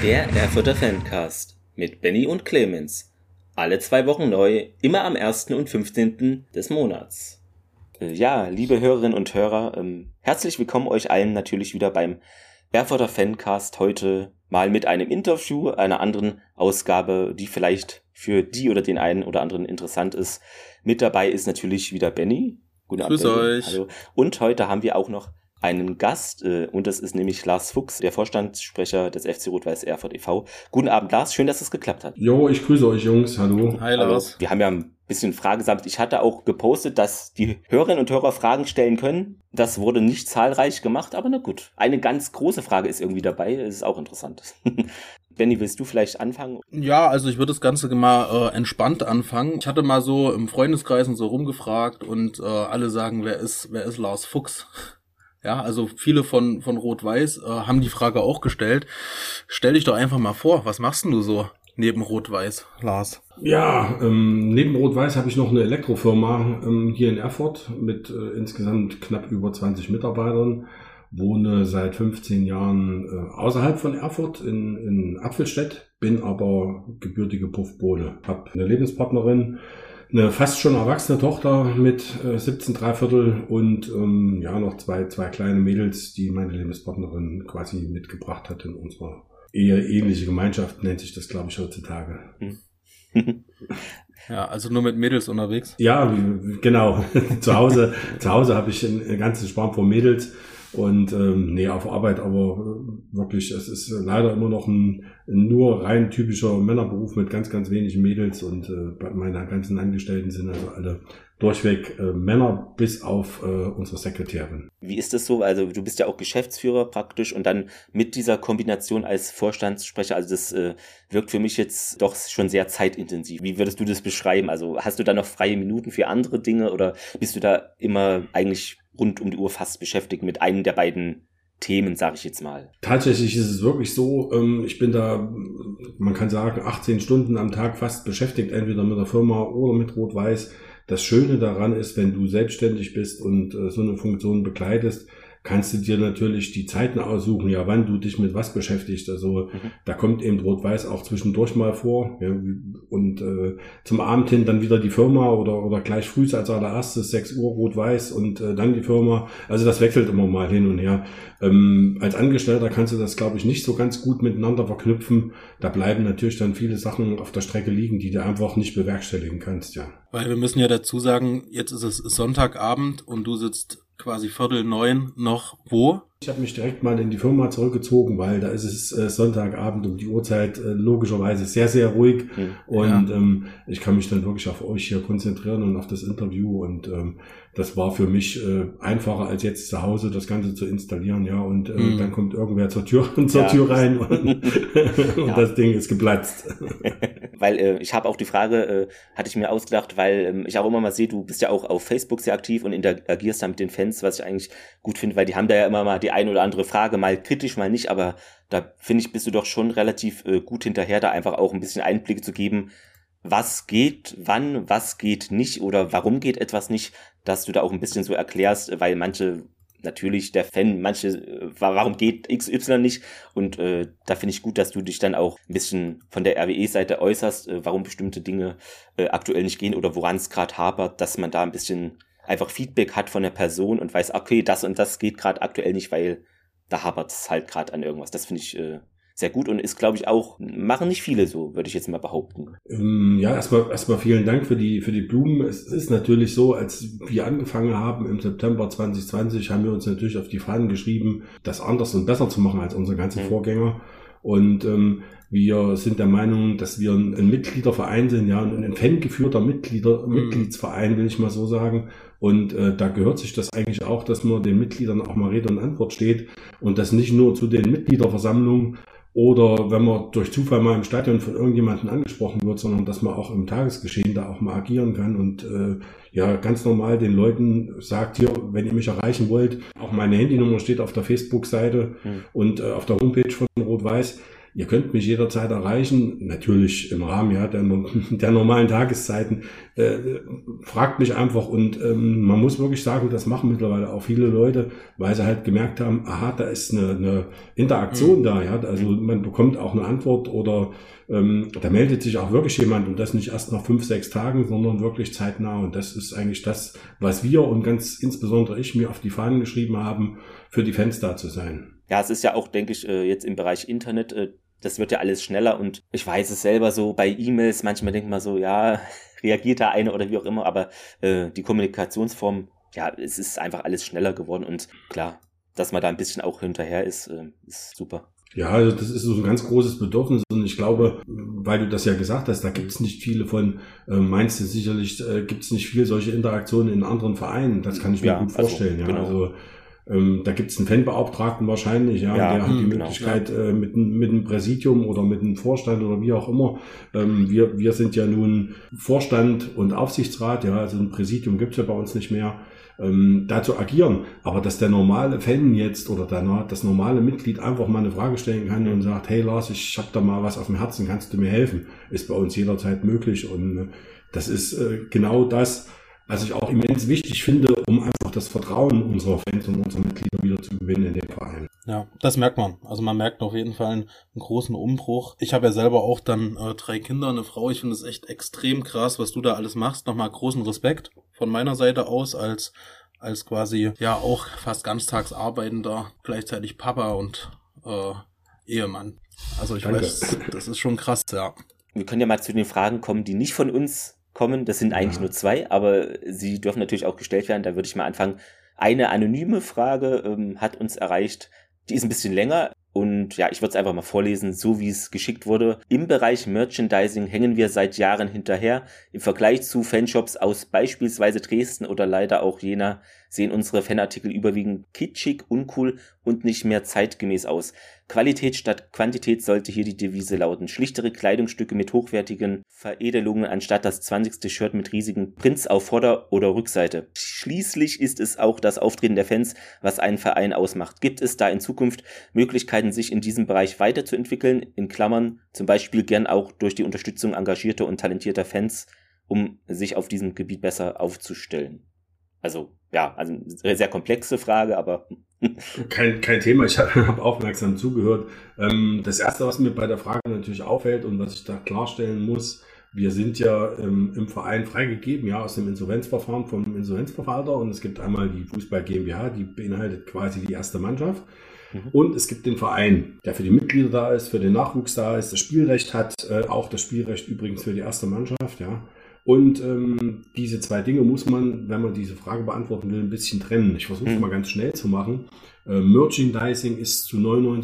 Der Erfurter Fancast mit Benny und Clemens. Alle 2 Wochen neu, immer am 1. und 15. des Monats. Ja, liebe Hörerinnen und Hörer, herzlich willkommen euch allen natürlich wieder beim Erfurter Fancast. Heute mal mit einem Interview, einer anderen Ausgabe, die vielleicht für die oder den einen oder anderen interessant ist. Mit dabei ist natürlich wieder Benny. Guten Abend. Grüß euch. Hallo. Und heute haben wir auch noch einen Gast, und das ist nämlich Lars Fuchs, der Vorstandssprecher des FC Rot-Weiß Erfurt e.V. Guten Abend, Lars, schön, dass es geklappt hat. Jo, ich grüße euch, Jungs, hallo. Hi, Lars. Wir haben ja ein bisschen Fragen gesammelt. Ich hatte auch gepostet, dass die Hörerinnen und Hörer Fragen stellen können. Das wurde nicht zahlreich gemacht, aber na gut. Eine ganz große Frage ist irgendwie dabei, das ist auch interessant. Benni, willst du vielleicht anfangen? Ja, also ich würde das Ganze mal entspannt anfangen. Ich hatte mal so im Freundeskreis und so rumgefragt und alle sagen, wer ist Lars Fuchs? Ja, also viele von Rot-Weiß haben die Frage auch gestellt. Stell dich doch einfach mal vor, was machst denn du so neben Rot-Weiß, Lars? Ja, neben Rot-Weiß habe ich noch eine Elektrofirma hier in Erfurt mit insgesamt knapp über 20 Mitarbeitern. Wohne seit 15 Jahren außerhalb von Erfurt in Apfelstedt, bin aber gebürtige Puffbohle. Habe eine Lebenspartnerin, eine fast schon erwachsene Tochter mit 17 Dreiviertel und noch zwei kleine Mädels, die meine Lebenspartnerin quasi mitgebracht hat in unserer eheähnliche Gemeinschaft, nennt sich das, glaube ich, heutzutage. Ja, also nur mit Mädels unterwegs? Ja, genau. Zu Hause habe ich ein ganzes Schwarm von Mädels. Und auf Arbeit aber wirklich, es ist leider immer noch ein nur rein typischer Männerberuf mit ganz, ganz wenigen Mädels und meine ganzen Angestellten sind also alle durchweg Männer bis auf unsere Sekretärin. Wie ist das so? Also du bist ja auch Geschäftsführer praktisch und dann mit dieser Kombination als Vorstandssprecher, also das wirkt für mich jetzt doch schon sehr zeitintensiv. Wie würdest du das beschreiben? Also hast du da noch freie Minuten für andere Dinge oder bist du da immer eigentlich rund um die Uhr fast beschäftigt mit einem der beiden Themen, sage ich jetzt mal? Tatsächlich ist es wirklich so, ich bin da, man kann sagen, 18 Stunden am Tag fast beschäftigt, entweder mit der Firma oder mit Rot-Weiß. Das Schöne daran ist, wenn du selbstständig bist und so eine Funktion begleitest, kannst du dir natürlich die Zeiten aussuchen, ja, wann du dich mit was beschäftigst. Also da kommt eben Rot-Weiß auch zwischendurch mal vor. Ja, und zum Abend hin dann wieder die Firma oder gleich früh als allererstes 6 Uhr Rot-Weiß und dann die Firma. Also das wechselt immer mal hin und her. Als Angestellter kannst du das, glaube ich, nicht so ganz gut miteinander verknüpfen. Da bleiben natürlich dann viele Sachen auf der Strecke liegen, die du einfach nicht bewerkstelligen kannst, ja. Weil wir müssen ja dazu sagen, jetzt ist es Sonntagabend und du sitzt quasi 8:45 noch wo? Ich habe mich direkt mal in die Firma zurückgezogen, weil da ist es Sonntagabend um die Uhrzeit logischerweise sehr, sehr ruhig und ich kann mich dann wirklich auf euch hier konzentrieren und auf das Interview und das war für mich einfacher als jetzt zu Hause das Ganze zu installieren, ja, und dann kommt irgendwer zur Tür rein und das Ding ist geplatzt. Weil ich habe auch die Frage, hatte ich mir ausgedacht, weil ich auch immer mal sehe, du bist ja auch auf Facebook sehr aktiv und interagierst da mit den Fans, was ich eigentlich gut finde, weil die haben da ja immer mal die eine oder andere Frage, mal kritisch, mal nicht, aber da finde ich, bist du doch schon relativ gut hinterher, da einfach auch ein bisschen Einblicke zu geben, was geht, wann, was geht nicht oder warum geht etwas nicht, dass du da auch ein bisschen so erklärst, weil manche natürlich der Fan, warum geht XY nicht? Und da finde ich gut, dass du dich dann auch ein bisschen von der RWE-Seite äußerst, warum bestimmte Dinge aktuell nicht gehen oder woran es gerade hapert, dass man da ein bisschen einfach Feedback hat von der Person und weiß, okay, das und das geht gerade aktuell nicht, weil da hapert es halt gerade an irgendwas. Das finde ich sehr gut und ist, glaube ich, auch, machen nicht viele so, würde ich jetzt mal behaupten. Ja, erstmal vielen Dank für die Blumen. Es ist natürlich so, als wir angefangen haben im September 2020, haben wir uns natürlich auf die Fahnen geschrieben, das anders und besser zu machen als unsere ganzen Vorgänger. Und wir sind der Meinung, dass wir ein Mitgliederverein sind, ja, ein fangeführter Mitgliedsverein, will ich mal so sagen. Und da gehört sich das eigentlich auch, dass man den Mitgliedern auch mal Rede und Antwort steht und das nicht nur zu den Mitgliederversammlungen oder wenn man durch Zufall mal im Stadion von irgendjemandem angesprochen wird, sondern dass man auch im Tagesgeschehen da auch mal agieren kann und ganz normal den Leuten sagt, hier, wenn ihr mich erreichen wollt, auch meine Handynummer steht auf der Facebook-Seite und auf der Homepage von Rot-Weiß. ihr könnt mich jederzeit erreichen, natürlich im Rahmen der normalen Tageszeiten. Fragt mich einfach und man muss wirklich sagen, das machen mittlerweile auch viele Leute, weil sie halt gemerkt haben, aha, da ist eine Interaktion da, ja, also man bekommt auch eine Antwort oder da meldet sich auch wirklich jemand und das nicht erst nach 5, 6 Tagen, sondern wirklich zeitnah und das ist eigentlich das, was wir und ganz insbesondere ich mir auf die Fahnen geschrieben haben, für die Fans da zu sein. Ja, es ist ja auch, denke ich, jetzt im Bereich Internet, das wird ja alles schneller und ich weiß es selber so bei E-Mails, manchmal denkt man so, ja, reagiert da eine oder wie auch immer, aber die Kommunikationsform, ja, es ist einfach alles schneller geworden und klar, dass man da ein bisschen auch hinterher ist super. Ja, also das ist so ein ganz großes Bedürfnis und ich glaube, weil du das ja gesagt hast, da gibt es nicht viele von, meinst du sicherlich, gibt es nicht viel solche Interaktionen in anderen Vereinen, das kann ich mir gut vorstellen. Also, ja, genau. also da gibt es einen Fanbeauftragten wahrscheinlich, ja, der hat die Möglichkeit mit einem Präsidium oder mit einem Vorstand oder wie auch immer. Wir sind ja nun Vorstand und Aufsichtsrat, ja, also ein Präsidium gibt's ja bei uns nicht mehr. Da zu agieren, aber dass der normale Fan jetzt oder das normale Mitglied einfach mal eine Frage stellen kann und sagt, hey Lars, ich habe da mal was auf dem Herzen, kannst du mir helfen? Ist bei uns jederzeit möglich und das ist genau das, was ich auch immens wichtig finde, um einfach das Vertrauen unserer Fans und unserer Mitglieder wieder zu gewinnen in den Verein. Ja, das merkt man. Also man merkt auf jeden Fall einen großen Umbruch. Ich habe ja selber auch dann 3 Kinder, eine Frau. Ich finde es echt extrem krass, was du da alles machst. Nochmal großen Respekt von meiner Seite aus als quasi ja auch fast ganztags arbeitender, gleichzeitig Papa und Ehemann. Also ich weiß, das ist schon krass, ja. Wir können ja mal zu den Fragen kommen, die nicht von uns kommen. Das sind eigentlich nur 2, aber sie dürfen natürlich auch gestellt werden. Da würde ich mal anfangen. Eine anonyme Frage hat uns erreicht. Die ist ein bisschen länger und ja, ich würde es einfach mal vorlesen, so wie es geschickt wurde. Im Bereich Merchandising hängen wir seit Jahren hinterher. Im Vergleich zu Fanshops aus beispielsweise Dresden oder leider auch Jena sehen unsere Fanartikel überwiegend kitschig, uncool und nicht mehr zeitgemäß aus. Qualität statt Quantität sollte hier die Devise lauten. Schlichtere Kleidungsstücke mit hochwertigen Veredelungen anstatt das 20. Shirt mit riesigen Prints auf Vorder- oder Rückseite. Schließlich ist es auch das Auftreten der Fans, was einen Verein ausmacht. Gibt es da in Zukunft Möglichkeiten, sich in diesem Bereich weiterzuentwickeln? In Klammern zum Beispiel gern auch durch die Unterstützung engagierter und talentierter Fans, um sich auf diesem Gebiet besser aufzustellen. Also, ja, also eine sehr komplexe Frage, aber Kein Thema, ich habe aufmerksam zugehört. Das Erste, was mir bei der Frage natürlich auffällt und was ich da klarstellen muss, wir sind ja im Verein freigegeben, ja, aus dem Insolvenzverfahren vom Insolvenzverwalter und es gibt einmal die Fußball GmbH, die beinhaltet quasi die erste Mannschaft und es gibt den Verein, der für die Mitglieder da ist, für den Nachwuchs da ist, das Spielrecht hat, auch das Spielrecht übrigens für die erste Mannschaft, ja. Und diese 2 Dinge muss man, wenn man diese Frage beantworten will, ein bisschen trennen. Ich versuche es mal ganz schnell zu machen. Merchandising ist zu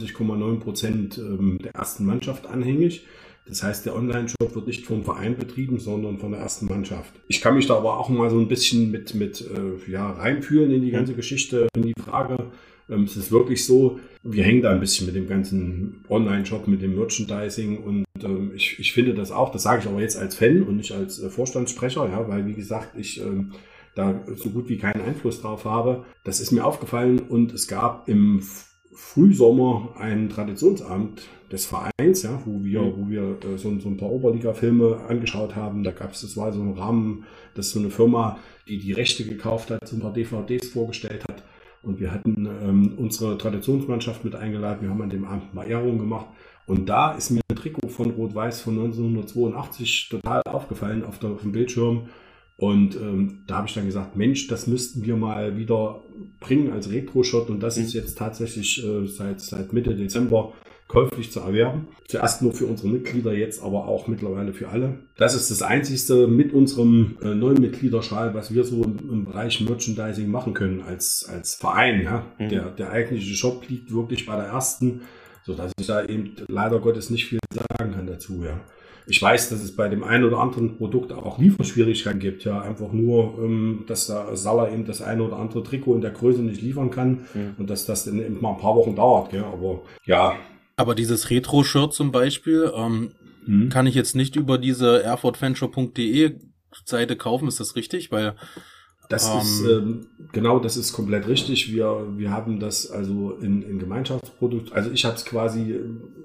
99,9% der ersten Mannschaft anhängig. Das heißt, der Online-Shop wird nicht vom Verein betrieben, sondern von der ersten Mannschaft. Ich kann mich da aber auch mal so ein bisschen mit reinfühlen in die ganze Geschichte, in die Frage. Es ist wirklich so, wir hängen da ein bisschen mit dem ganzen Online-Shop, mit dem Merchandising und ich finde das auch, das sage ich aber jetzt als Fan und nicht als Vorstandssprecher, ja, weil wie gesagt, ich da so gut wie keinen Einfluss drauf habe. Das ist mir aufgefallen und es gab im Frühsommer einen Traditionsabend des Vereins, ja, wo wir so ein paar Oberliga-Filme angeschaut haben. Das war so ein Rahmen, das ist so eine Firma, die Rechte gekauft hat, so ein paar DVDs vorgestellt hat. Und wir hatten unsere Traditionsmannschaft mit eingeladen. Wir haben an dem Abend mal Ehrung gemacht. Und da ist mir ein Trikot von Rot-Weiß von 1982 total aufgefallen auf dem Bildschirm. Und da habe ich dann gesagt, Mensch, das müssten wir mal wieder bringen als Retro-Shot. Und das ist jetzt tatsächlich seit Mitte Dezember käuflich zu erwerben. Zuerst nur für unsere Mitglieder, jetzt aber auch mittlerweile für alle. Das ist das Einzigste mit unserem neuen Mitgliederschal, was wir so im Bereich Merchandising machen können als Verein. Ja? Der eigentliche Shop liegt wirklich bei der ersten, sodass ich da eben leider Gottes nicht viel sagen kann dazu. Ja. Ich weiß, dass es bei dem einen oder anderen Produkt auch Lieferschwierigkeiten gibt. Ja, einfach nur, dass da Salah eben das eine oder andere Trikot in der Größe nicht liefern kann und dass das dann eben mal ein paar Wochen dauert. Gell? Aber ja. Aber dieses Retro-Shirt zum Beispiel kann ich jetzt nicht über diese erfurtfanshop.de Seite kaufen, ist das richtig? Weil das ist das ist komplett richtig. Wir haben das also in Gemeinschaftsprodukt. Also ich habe es quasi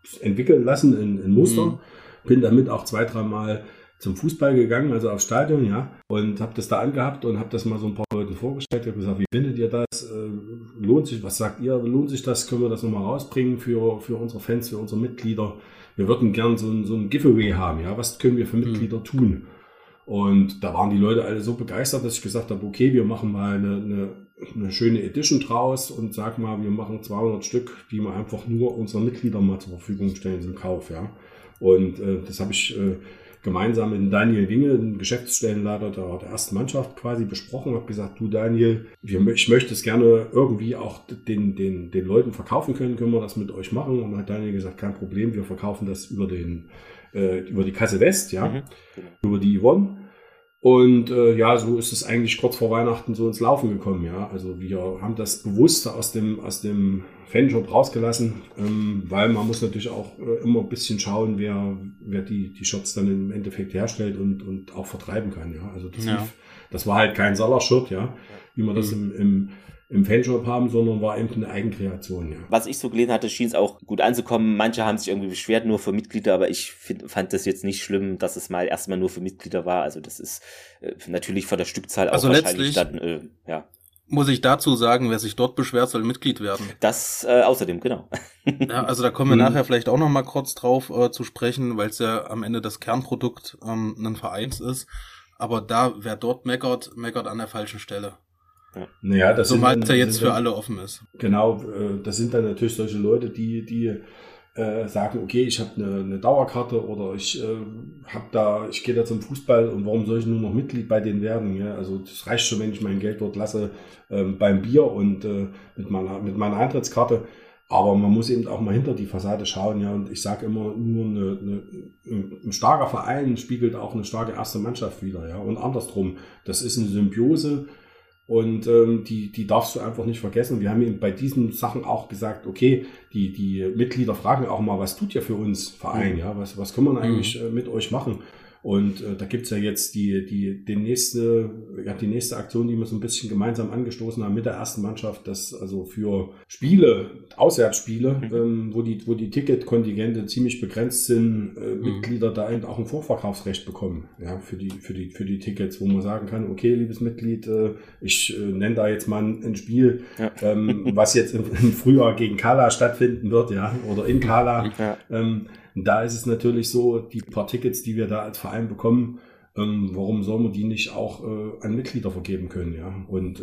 entwickeln lassen in Muster. Bin damit auch 2-3 Mal zum Fußball gegangen, also aufs Stadion, ja, und habe das da angehabt und habe das mal so ein paar Leuten vorgestellt. Ich habe gesagt, wie findet ihr das? Lohnt sich, was sagt ihr? Lohnt sich das? Können wir das nochmal rausbringen für unsere Fans, für unsere Mitglieder? Wir würden gern so ein Giveaway haben, ja, was können wir für Mitglieder tun? Und da waren die Leute alle so begeistert, dass ich gesagt habe, okay, wir machen mal eine schöne Edition draus und sag mal, wir machen 200 Stück, die wir einfach nur unseren Mitgliedern mal zur Verfügung stellen zum Kauf, ja. Und das habe ich gemeinsam mit Daniel Winge, dem Geschäftsstellenleiter der ersten Mannschaft, quasi besprochen. Habe gesagt, du Daniel, ich möchte es gerne irgendwie auch den Leuten verkaufen können wir das mit euch machen? Und dann hat Daniel gesagt, kein Problem, wir verkaufen das über die Kasse West, ja, über die Yvonne. Und ja, so ist es eigentlich kurz vor Weihnachten so ins Laufen gekommen, ja. Also wir haben das bewusst aus dem Fanshop rausgelassen, weil man muss natürlich auch immer ein bisschen schauen, wer die Shirts dann im Endeffekt herstellt und auch vertreiben kann, ja. Also das war halt kein Salah-Shirt, ja, wie man das im Fanshop haben, sondern war eben eine Eigenkreation, ja. Was ich so gelesen hatte, schien es auch gut anzukommen. Manche haben sich irgendwie beschwert, nur für Mitglieder, aber ich fand das jetzt nicht schlimm, dass es mal erstmal nur für Mitglieder war. Also das ist natürlich von der Stückzahl auch also wahrscheinlich dann, ja. Muss ich dazu sagen, wer sich dort beschwert, soll Mitglied werden. Das außerdem, genau. Ja, also da kommen wir nachher vielleicht auch noch mal kurz drauf zu sprechen, weil es ja am Ende das Kernprodukt ein Vereins ist. Aber wer dort meckert an der falschen Stelle. Ja. Naja, das zumal es ja jetzt für alle offen ist. Genau, das sind dann natürlich solche Leute, die sagen, okay, ich habe eine Dauerkarte oder ich gehe da zum Fußball und warum soll ich nur noch Mitglied bei denen werden? Ja? Also das reicht schon, wenn ich mein Geld dort lasse beim Bier und mit meiner Eintrittskarte. Aber man muss eben auch mal hinter die Fassade schauen, ja. Und ich sage immer, nur ein starker Verein spiegelt auch eine starke erste Mannschaft wider, ja. Und andersrum, das ist eine Symbiose. Und die darfst du einfach nicht vergessen. Wir haben eben bei diesen Sachen auch gesagt, okay, die Mitglieder fragen auch mal, was tut ihr für uns Verein? Ja, was können wir eigentlich mit euch machen? Und da gibt's ja jetzt die nächste Aktion, die wir so ein bisschen gemeinsam angestoßen haben mit der ersten Mannschaft, das also für Auswärtsspiele, wo die Ticketkontingente ziemlich begrenzt sind, Mitglieder da eben auch ein Vorverkaufsrecht bekommen, ja, für die Tickets, wo man sagen kann, okay, liebes Mitglied, ich nenne da jetzt mal ein Spiel, was jetzt im Frühjahr gegen Kala stattfinden wird, ja, oder in Kala. Ja. Da ist es natürlich so, die paar Tickets, die wir da als Verein bekommen, warum sollen wir die nicht auch an Mitglieder vergeben können, ja? Und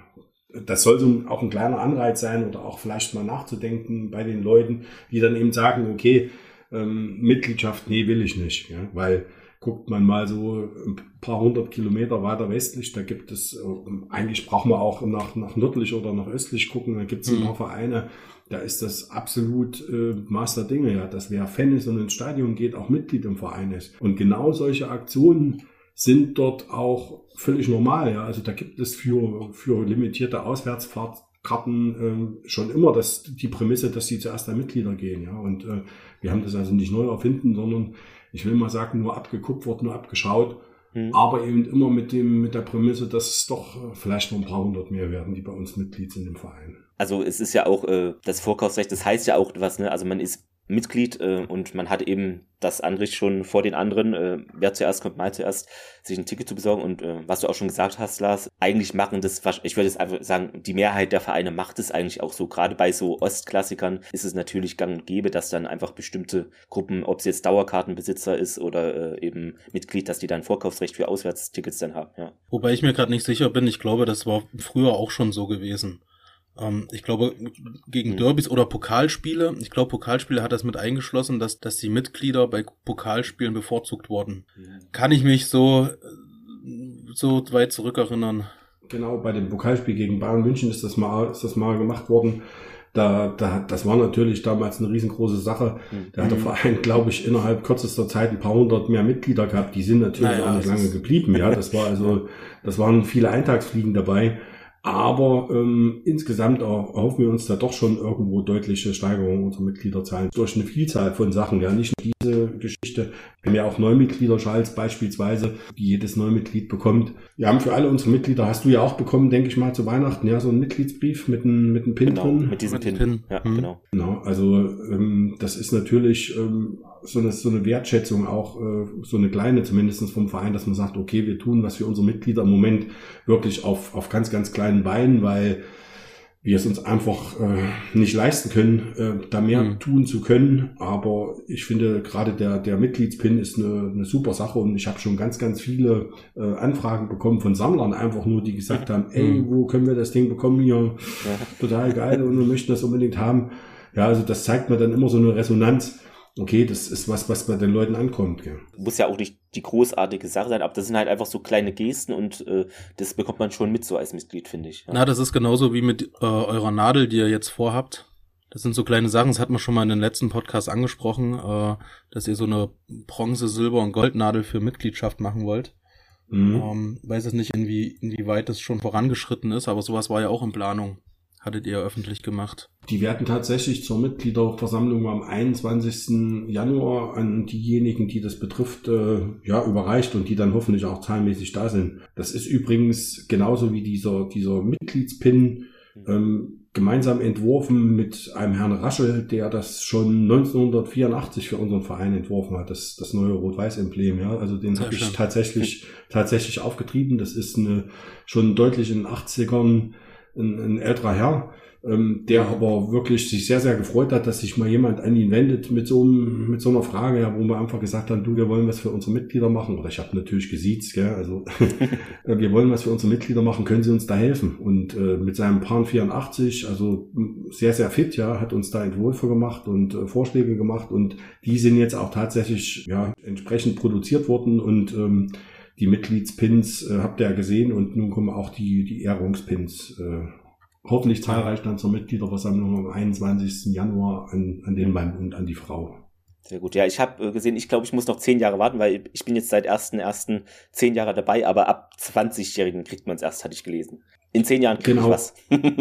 das soll so auch ein kleiner Anreiz sein oder auch vielleicht mal nachzudenken bei den Leuten, die dann eben sagen, okay, Mitgliedschaft, nee, will ich nicht, ja? Weil guckt man mal so ein paar 100 Kilometer weiter westlich, da gibt es, eigentlich braucht man auch nach nördlich oder nach östlich gucken, da gibt es ein paar Vereine, da ist das absolut Maß der Dinge, ja, dass wer Fan ist und ins Stadion geht, auch Mitglied im Verein ist. Und genau solche Aktionen sind dort auch völlig normal, ja. Also da gibt es für limitierte Auswärtsfahrtkarten schon immer die Prämisse, dass sie zuerst an Mitglieder gehen, ja. Und wir haben das also nicht neu erfinden, sondern ich will mal sagen, nur abgekupfert, nur abgeschaut. Aber eben immer mit der Prämisse, dass es doch vielleicht noch ein paar hundert mehr werden, die bei uns Mitglied sind im Verein. Also es ist ja auch das Vorkaufsrecht, das heißt ja auch was, ne? Also man ist Mitglied und man hat eben das Anrecht schon vor den anderen, wer zuerst kommt, mal zuerst, sich ein Ticket zu besorgen. Und was du auch schon gesagt hast, Lars, eigentlich machen das, ich würde jetzt einfach sagen, die Mehrheit der Vereine macht es eigentlich auch so. Gerade bei so Ostklassikern ist es natürlich gang und gäbe, dass dann einfach bestimmte Gruppen, ob es jetzt Dauerkartenbesitzer ist oder eben Mitglied, dass die dann Vorkaufsrecht für Auswärtstickets dann haben. Ja. Wobei ich mir gerade nicht sicher bin, ich glaube, das war früher auch schon so gewesen. Ich glaube, gegen Derbys oder Pokalspiele, Pokalspiele hat das mit eingeschlossen, dass die Mitglieder bei Pokalspielen bevorzugt wurden. Kann ich mich so weit zurückerinnern. Genau, bei dem Pokalspiel gegen Bayern München ist das mal gemacht worden. Das war natürlich damals eine riesengroße Sache. Da hat der Verein, glaube ich, innerhalb kürzester Zeit ein paar hundert mehr Mitglieder gehabt. Die sind natürlich auch nicht lange geblieben. Ja, das waren viele Eintagsfliegen dabei. Aber insgesamt erhoffen wir uns da doch schon irgendwo deutliche Steigerungen unserer Mitgliederzahlen durch eine Vielzahl von Sachen. Ja, nicht nur diese Geschichte. Wir haben ja auch Neumitglieder-Schals beispielsweise, die jedes Neumitglied bekommt. Wir haben für alle unsere Mitglieder, hast du ja auch bekommen, denke ich mal, zu Weihnachten, ja, so einen Mitgliedsbrief mit einem Pin drin. Mit diesem Pin. Ja, genau. Genau, also das ist natürlich so eine Wertschätzung auch, so eine kleine zumindest vom Verein, dass man sagt, okay, wir tun was für unsere Mitglieder im Moment wirklich auf ganz, ganz kleinen Beinen, weil wir es uns einfach nicht leisten können, da mehr tun zu können. Aber ich finde, gerade der Mitgliedspin ist eine super Sache und ich habe schon ganz, ganz viele Anfragen bekommen von Sammlern, einfach nur, die gesagt haben, ey, wo können wir das Ding bekommen hier? Total geil und wir möchten das unbedingt haben. Ja, also das zeigt mir dann immer so eine Resonanz. Okay, das ist was bei den Leuten ankommt. Ja. Muss ja auch nicht die großartige Sache sein, aber das sind halt einfach so kleine Gesten und das bekommt man schon mit so als Mitglied, finde ich. Ja. Na, das ist genauso wie mit eurer Nadel, die ihr jetzt vorhabt. Das sind so kleine Sachen, das hat man schon mal in den letzten Podcast angesprochen, dass ihr so eine Bronze-, Silber- und Goldnadel für Mitgliedschaft machen wollt. Weiß jetzt nicht, inwieweit das schon vorangeschritten ist, aber sowas war ja auch in Planung. Hattet ihr öffentlich gemacht? Die werden tatsächlich zur Mitgliederversammlung am 21. Januar an diejenigen, die das betrifft, überreicht und die dann hoffentlich auch zahlenmäßig da sind. Das ist übrigens genauso wie dieser Mitgliedspin gemeinsam entworfen mit einem Herrn Raschel, der das schon 1984 für unseren Verein entworfen hat, das neue Rot-Weiß-Emblem. Ja, also den habe ich tatsächlich aufgetrieben. Das ist schon deutlich in den 80ern ein älterer Herr, der aber wirklich sich sehr, sehr gefreut hat, dass sich mal jemand an ihn wendet mit so einer Frage, ja, wo wir einfach gesagt haben, du, wir wollen was für unsere Mitglieder machen. Oder ich habe natürlich gesiezt, gell, also wir wollen was für unsere Mitglieder machen, können Sie uns da helfen? Und mit seinem Paar 84, also sehr, sehr fit, ja, hat uns da Entwürfe gemacht und Vorschläge gemacht und die sind jetzt auch tatsächlich entsprechend produziert worden und die Mitgliedspins habt ihr ja gesehen und nun kommen auch die Ehrungspins hoffentlich zahlreich dann zur Mitgliederversammlung am 21. Januar an den Mann und an die Frau. Sehr gut. Ja, ich habe gesehen, ich glaube, ich muss noch 10 Jahre warten, weil ich bin jetzt seit 1.1. 10 Jahre dabei, aber ab 20-Jährigen kriegt man es erst, hatte ich gelesen. In 10 Jahren kriege ich was.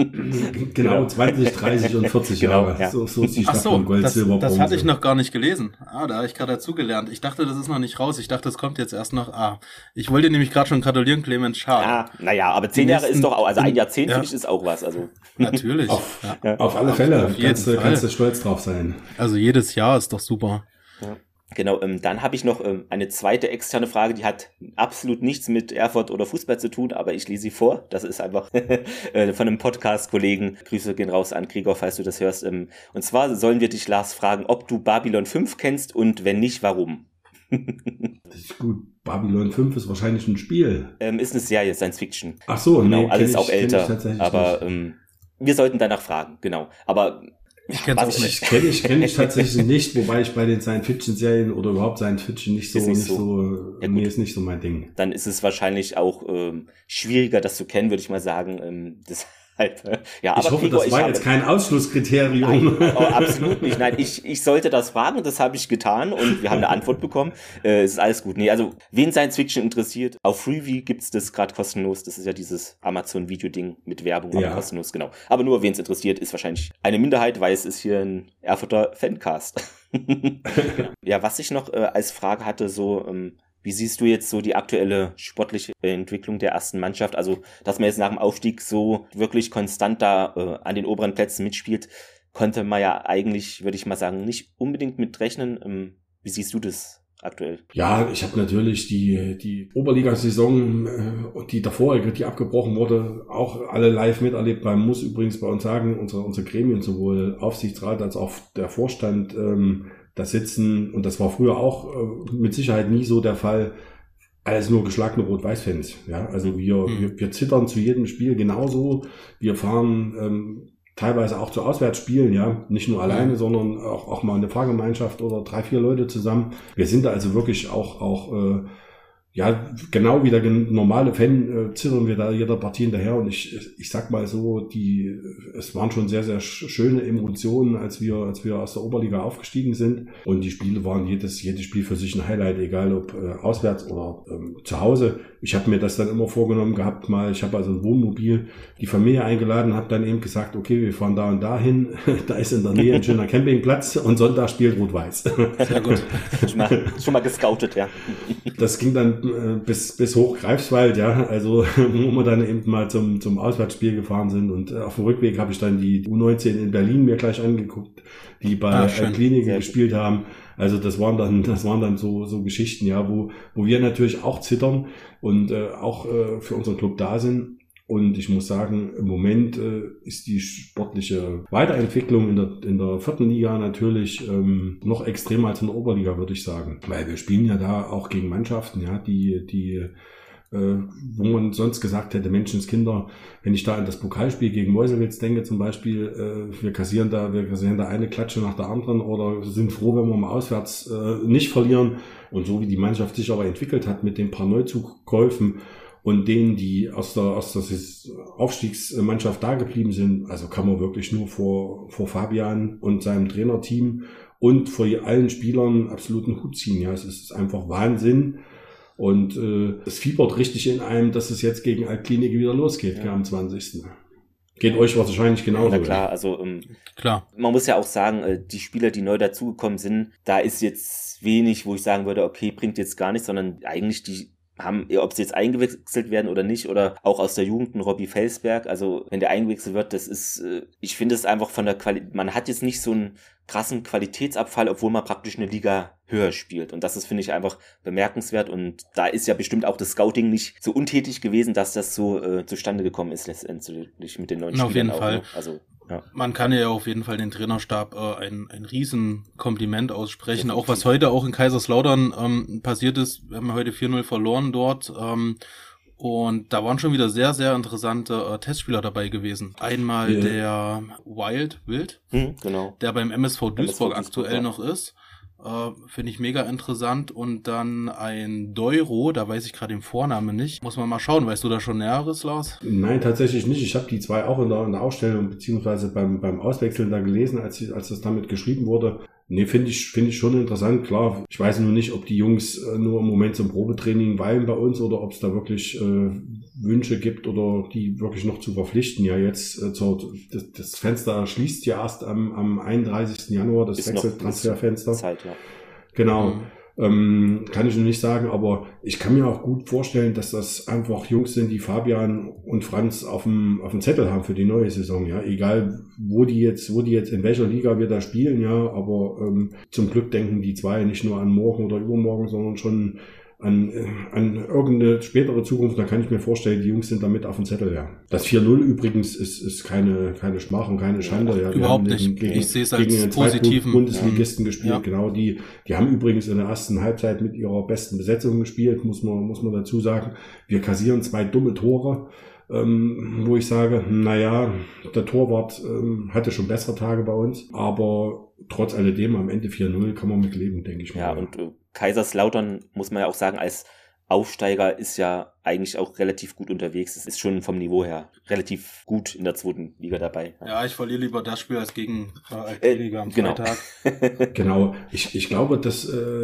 Genau, 20, 30 und 40 Jahre. Ja. So ist die Stadt von Gold, Silber, Bronze. Das hatte ich noch gar nicht gelesen. Da habe ich gerade dazugelernt. Ich dachte, das ist noch nicht raus. Ich dachte, das kommt jetzt erst noch. Ich wollte nämlich gerade schon gratulieren, Clemens. Schade. Naja, aber 10 Jahre ist doch auch, also ein Jahrzehnt finde ich ist auch was. Also. Natürlich. Auf alle Fälle. Kannst du stolz drauf sein. Also jedes Jahr ist doch super. Ja. Genau, dann habe ich noch eine zweite externe Frage, die hat absolut nichts mit Erfurt oder Fußball zu tun, aber ich lese sie vor. Das ist einfach von einem Podcast-Kollegen. Grüße gehen raus an Gregor, falls du das hörst. Und zwar sollen wir dich, Lars, fragen, ob du Babylon 5 kennst und wenn nicht, warum? Das ist gut. Babylon 5 ist wahrscheinlich ein Spiel. Ist eine Serie, Science Fiction. Ach so, genau, alles auch älter. Aber wir sollten danach fragen, genau. Aber ich kenne es auch nicht. Kenn ich tatsächlich nicht, wobei ich bei den Science-Fiction-Serien oder überhaupt Science-Fiction ist nicht so mein Ding. Dann ist es wahrscheinlich auch schwieriger, das zu kennen, würde ich mal sagen. Ja, aber ich hoffe, Gregor, das war jetzt kein Ausschlusskriterium. Nein, absolut nicht. Nein, ich sollte das fragen, das habe ich getan und wir haben eine Antwort bekommen. Es ist alles gut. Nee, also, wen Science Fiction interessiert, auf Freevee gibt's das gerade kostenlos. Das ist ja dieses Amazon-Video-Ding mit Werbung, aber kostenlos, genau. Aber nur, wen es interessiert, ist wahrscheinlich eine Minderheit, weil es ist hier ein Erfurter Fancast. Ja, was ich noch als Frage hatte, wie siehst du jetzt so die aktuelle sportliche Entwicklung der ersten Mannschaft? Also, dass man jetzt nach dem Aufstieg so wirklich konstant da an den oberen Plätzen mitspielt, konnte man ja eigentlich, würde ich mal sagen, nicht unbedingt mitrechnen. Wie siehst du das aktuell? Ja, ich habe natürlich die Oberliga-Saison, die davorige, die abgebrochen wurde, auch alle live miterlebt. Man muss übrigens bei uns sagen, unsere Gremien, sowohl Aufsichtsrat als auch der Vorstand, da sitzen, und das war früher auch mit Sicherheit nie so der Fall, alles nur geschlagene Rot-Weiß-Fans. Ja, also wir zittern zu jedem Spiel genauso. Wir fahren teilweise auch zu Auswärtsspielen, ja, nicht nur alleine, sondern auch mal eine Fahrgemeinschaft oder 3, 4 Leute zusammen. Wir sind da also wirklich auch Ja, genau wie der normale Fan zittern wir da jeder Partie hinterher und ich sag mal so, es waren schon sehr, sehr schöne Emotionen, als wir aus der Oberliga aufgestiegen sind und die Spiele waren jedes Spiel für sich ein Highlight, egal ob auswärts oder zu Hause. Ich habe mir das dann immer vorgenommen gehabt, ich habe also ein Wohnmobil, die Familie eingeladen, habe dann eben gesagt, okay, wir fahren da und da hin, da ist in der Nähe ein schöner Campingplatz und Sonntag spielt Rot-Weiß. Sehr gut. Schon mal gescoutet, ja. Das ging dann bis hoch Greifswald, ja, also wo wir dann eben mal zum Auswärtsspiel gefahren sind und auf dem Rückweg habe ich dann die U19 in Berlin mir gleich angeguckt, die bei Klinik gespielt haben. Also das waren dann so Geschichten, ja, wo wir natürlich auch zittern und auch für unseren Club da sind. Und ich muss sagen, im Moment ist die sportliche Weiterentwicklung in der 4. Liga natürlich noch extremer als in der Oberliga, würde ich sagen. Weil wir spielen ja da auch gegen Mannschaften, ja, die wo man sonst gesagt hätte, Menschenskinder, wenn ich da an das Pokalspiel gegen Meuselwitz denke zum Beispiel, wir kassieren da eine Klatsche nach der anderen oder sind froh, wenn wir mal auswärts nicht verlieren. Und so wie die Mannschaft sich aber entwickelt hat mit den paar Neuzukäufen und denen, die aus der Aufstiegsmannschaft da geblieben sind, also kann man wirklich nur vor Fabian und seinem Trainerteam und vor allen Spielern absoluten Hut ziehen. Ja, es ist einfach Wahnsinn. Und es fiebert richtig in einem, dass es jetzt gegen Altklinik wieder losgeht, ja, am 20. Geht euch wahrscheinlich genauso. Na klar, also klar. Man muss ja auch sagen, die Spieler, die neu dazugekommen sind, da ist jetzt wenig, wo ich sagen würde, okay, bringt jetzt gar nichts, sondern eigentlich die haben, ob sie jetzt eingewechselt werden oder nicht, oder auch aus der Jugend ein Robbie Felsberg, also wenn der eingewechselt wird, das ist, ich finde es einfach von der Qualität, man hat jetzt nicht so einen krassen Qualitätsabfall, obwohl man praktisch eine Liga höher spielt, und das ist, finde ich, einfach bemerkenswert, und da ist ja bestimmt auch das Scouting nicht so untätig gewesen, dass das so zustande gekommen ist letztendlich mit den neuen Spielern. Auf jeden auch, Fall. Ne? Also ja. Man kann ja auf jeden Fall den Trainerstab ein Riesenkompliment aussprechen, auch was heute auch in Kaiserslautern passiert ist. Wir haben heute 4-0 verloren dort, und da waren schon wieder sehr, sehr interessante Testspieler dabei gewesen. Einmal der Wild, genau, der beim MSV Duisburg aktuell noch ist. Finde ich mega interessant. Und dann ein Deuro, da weiß ich gerade den Vornamen nicht. Muss man mal schauen. Weißt du da schon Näheres, Lars? Nein, tatsächlich nicht. Ich habe die zwei auch in der Ausstellung beziehungsweise beim Auswechseln da gelesen, als das damit geschrieben wurde. Nee, finde ich schon interessant. Klar, ich weiß nur nicht, ob die Jungs nur im Moment zum Probetraining weilen bei uns oder ob es da wirklich Wünsche gibt oder die wirklich noch zu verpflichten. Ja, jetzt das Fenster schließt ja erst am 31. Januar, das Wechseltransferfenster. Zeit, ja. Genau. Kann ich noch nicht sagen, aber ich kann mir auch gut vorstellen, dass das einfach Jungs sind, die Fabian und Franz auf dem Zettel haben für die neue Saison, ja, egal wo die jetzt in welcher Liga wir da spielen, ja, aber zum Glück denken die zwei nicht nur an morgen oder übermorgen, sondern schon an irgendeine spätere Zukunft. Da kann ich mir vorstellen, die Jungs sind damit auf dem Zettel, ja. Das 4-0 übrigens ist keine Schmach und keine Schande, ja. Überhaupt nicht. Ich sehe es als positiven Bundesligisten gespielt, ja. Genau. Die haben übrigens in der ersten Halbzeit mit ihrer besten Besetzung gespielt, muss man dazu sagen. Wir kassieren 2 dumme Tore, wo ich sage, naja, der Torwart hatte schon bessere Tage bei uns, aber trotz alledem am Ende 4-0 kann man mit leben, denke ich mal. Ja, und Kaiserslautern, muss man ja auch sagen, als Aufsteiger ist ja eigentlich auch relativ gut unterwegs. Es ist schon vom Niveau her relativ gut in der 2. Liga dabei. Ja, ich verliere lieber das Spiel als gegen Liga am Freitag. Genau. Ich glaube, das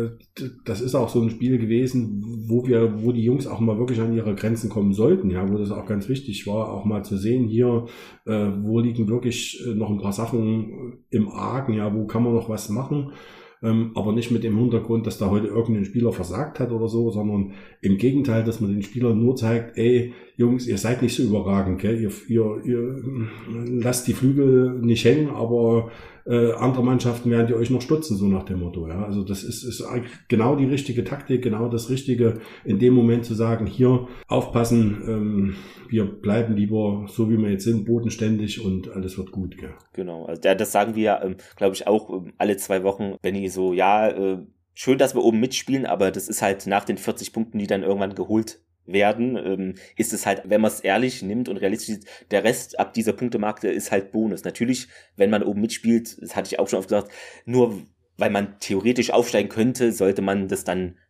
ist auch so ein Spiel gewesen, wo die Jungs auch mal wirklich an ihre Grenzen kommen sollten, ja, wo das auch ganz wichtig war, auch mal zu sehen hier, wo liegen wirklich noch ein paar Sachen im Argen, ja, wo kann man noch was machen. Aber nicht mit dem Hintergrund, dass da heute irgendein Spieler versagt hat oder so, sondern im Gegenteil, dass man den Spielern nur zeigt, ey, Jungs, ihr seid nicht so überragend, gell? Ihr lasst die Flügel nicht hängen, aber andere Mannschaften werden die euch noch stutzen, so nach dem Motto, ja. Also das ist genau die richtige Taktik, genau das Richtige, in dem Moment zu sagen, hier, aufpassen, wir bleiben lieber so, wie wir jetzt sind, bodenständig und alles wird gut, gell. Genau, also das sagen wir, glaube ich, auch alle 2 Wochen, Benni, so, ja, schön, dass wir oben mitspielen, aber das ist halt nach den 40 Punkten, die dann irgendwann geholt werden, ist es halt, wenn man es ehrlich nimmt und realistisch sieht, der Rest ab dieser Punktemarke ist halt Bonus. Natürlich, wenn man oben mitspielt, das hatte ich auch schon oft gesagt, nur weil man theoretisch aufsteigen könnte, sollte man das dann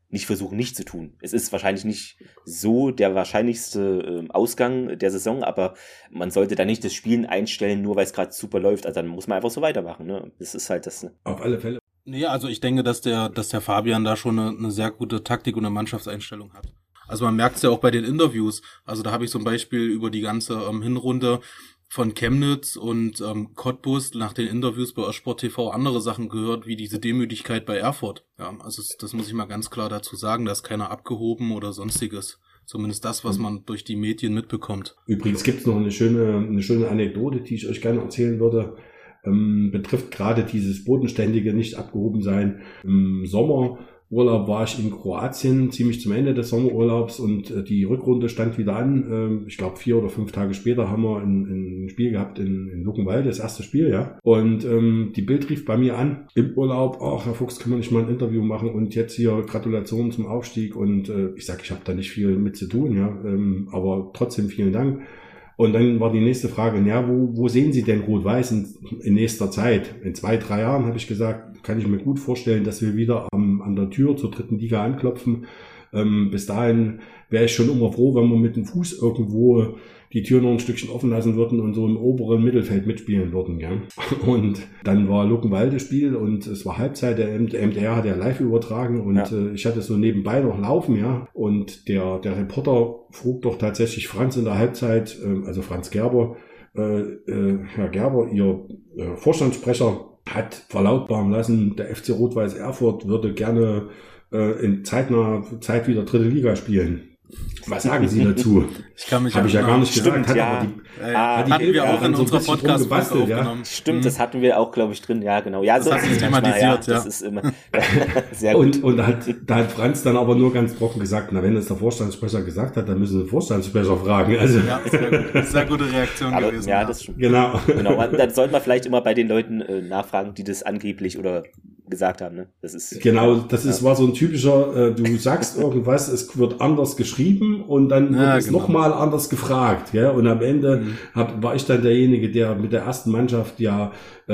nicht versuchen, nicht zu tun. Es ist wahrscheinlich nicht so der wahrscheinlichste Ausgang der Saison, aber man sollte da nicht das Spielen einstellen, nur weil es gerade super läuft. Also dann muss man einfach so weitermachen. Ne? Das ist halt das. Ne? Auf alle Fälle. Nee, also ich denke, dass der Fabian da schon eine sehr gute Taktik und eine Mannschaftseinstellung hat. Also man merkt es ja auch bei den Interviews. Also da habe ich zum Beispiel über die ganze Hinrunde von Chemnitz und Cottbus nach den Interviews bei Sport TV andere Sachen gehört, wie diese Demütigkeit bei Erfurt. Ja, also das muss ich mal ganz klar dazu sagen, da ist keiner abgehoben oder sonstiges. Zumindest das, was man durch die Medien mitbekommt. Übrigens gibt es noch eine schöne Anekdote, die ich euch gerne erzählen würde. Betrifft gerade dieses bodenständige, nicht abgehoben sein. Im Sommerurlaub war ich in Kroatien, ziemlich zum Ende des Sommerurlaubs, und die Rückrunde stand wieder an. Ich glaube 4 oder 5 Tage später haben wir ein Spiel gehabt in Luckenwalde, das erste Spiel, ja. Und die Bild rief bei mir an im Urlaub: ach, Herr Fuchs, können wir nicht mal ein Interview machen und jetzt hier Gratulation zum Aufstieg. Und ich sage, ich habe da nicht viel mit zu tun, ja, aber trotzdem vielen Dank. Und dann war die nächste Frage, ja, wo sehen Sie denn Rot-Weiß in nächster Zeit? In 2-3 Jahren, habe ich gesagt, kann ich mir gut vorstellen, dass wir wieder an der Tür zur 3. Liga anklopfen. Bis dahin wäre ich schon immer froh, wenn wir mit dem Fuß irgendwo die Tür noch ein Stückchen offen lassen würden und so im oberen Mittelfeld mitspielen würden. Ja. Und dann war Luckenwalde-Spiel und es war Halbzeit, der MDR hat ja live übertragen und ich hatte so nebenbei noch laufen, ja. Und der Reporter frug doch tatsächlich Franz in der Halbzeit, also Franz Gerber, Herr Gerber, Ihr Vorstandssprecher, hat verlautbaren lassen, der FC Rot-Weiß Erfurt würde gerne in zeitnaher Zeit wieder 3. Liga spielen. Was sagen Sie dazu? Ich kann mich Habe ich ja gar nicht gesagt. Stimmt, ja. Hatten wir auch in unserer Podcast-Folge aufgenommen. Stimmt, das hatten wir auch, glaube ich, drin. Ja, genau. Ja, das hat sich thematisiert, ja. Das ist immer sehr gut. Und da hat Franz dann aber nur ganz trocken gesagt, na, wenn es der Vorstandssprecher gesagt hat, dann müssen Sie den Vorstandssprecher fragen. Also ja, sehr gute Reaktion aber, gewesen. Ja, das stimmt. Genau. Dann sollte man vielleicht immer bei den Leuten nachfragen, die das angeblich oder gesagt haben. Ne? Das ist war so ein typischer, du sagst irgendwas, es wird anders geschrieben und dann wird es nochmal anders gefragt. Ja? Und am Ende war ich dann derjenige, der mit der ersten Mannschaft ja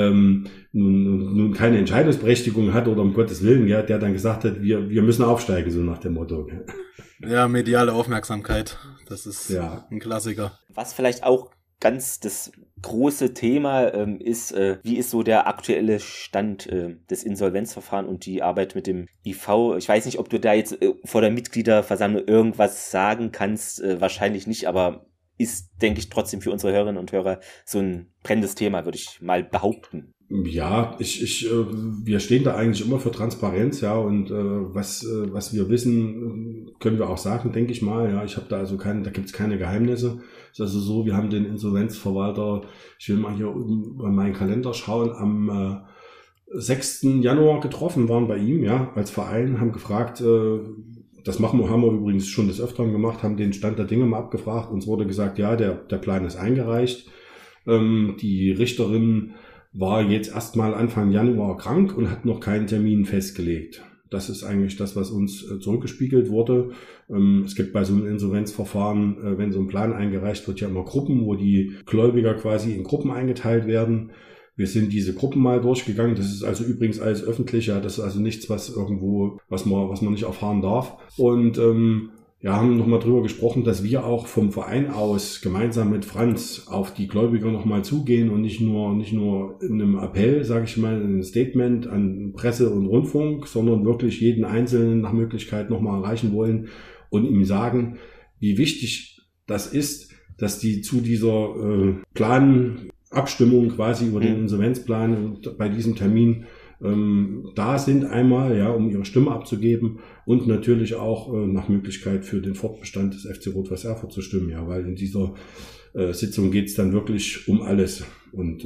nun keine Entscheidungsberechtigung hat oder um Gottes Willen, ja, der dann gesagt hat, wir müssen aufsteigen, so nach dem Motto. Ja, mediale Aufmerksamkeit, das ist ein Klassiker. Was vielleicht auch ganz das große Thema ist, wie ist so der aktuelle Stand des Insolvenzverfahrens und die Arbeit mit dem IV? Ich weiß nicht, ob du da jetzt vor der Mitgliederversammlung irgendwas sagen kannst, wahrscheinlich nicht, aber ist, denke ich, trotzdem für unsere Hörerinnen und Hörer so ein brennendes Thema, würde ich mal behaupten. Ja, wir stehen da eigentlich immer für Transparenz, ja, und was wir wissen, können wir auch sagen, denke ich mal, ja. Ich habe da also da gibt's keine Geheimnisse. Es ist also so, wir haben den Insolvenzverwalter, ich will mal hier bei meinen Kalender schauen, am 6. Januar getroffen, waren bei ihm, ja, als Verein, haben gefragt, haben wir übrigens schon des Öfteren gemacht, haben den Stand der Dinge mal abgefragt. Uns wurde gesagt, ja, der Plan ist eingereicht. Die Richterin war jetzt erstmal Anfang Januar krank und hat noch keinen Termin festgelegt. Das ist eigentlich das, was uns zurückgespiegelt wurde. Es gibt bei so einem Insolvenzverfahren, wenn so ein Plan eingereicht wird, ja immer Gruppen, wo die Gläubiger quasi in Gruppen eingeteilt werden. Wir sind diese Gruppen mal durchgegangen. Das ist also übrigens alles öffentlich. Ja, das ist also nichts, was man nicht erfahren darf. Und haben nochmal drüber gesprochen, dass wir auch vom Verein aus gemeinsam mit Franz auf die Gläubiger nochmal zugehen und nicht nur in einem Appell, sage ich mal, in einem Statement an Presse und Rundfunk, sondern wirklich jeden Einzelnen nach Möglichkeit nochmal erreichen wollen und ihm sagen, wie wichtig das ist, dass die zu dieser Abstimmung quasi über den Insolvenzplan und bei diesem Termin da sind einmal, ja, um ihre Stimme abzugeben und natürlich auch nach Möglichkeit für den Fortbestand des FC Rot-Weiß Erfurt zu stimmen, ja, weil in dieser Sitzung geht es dann wirklich um alles. Und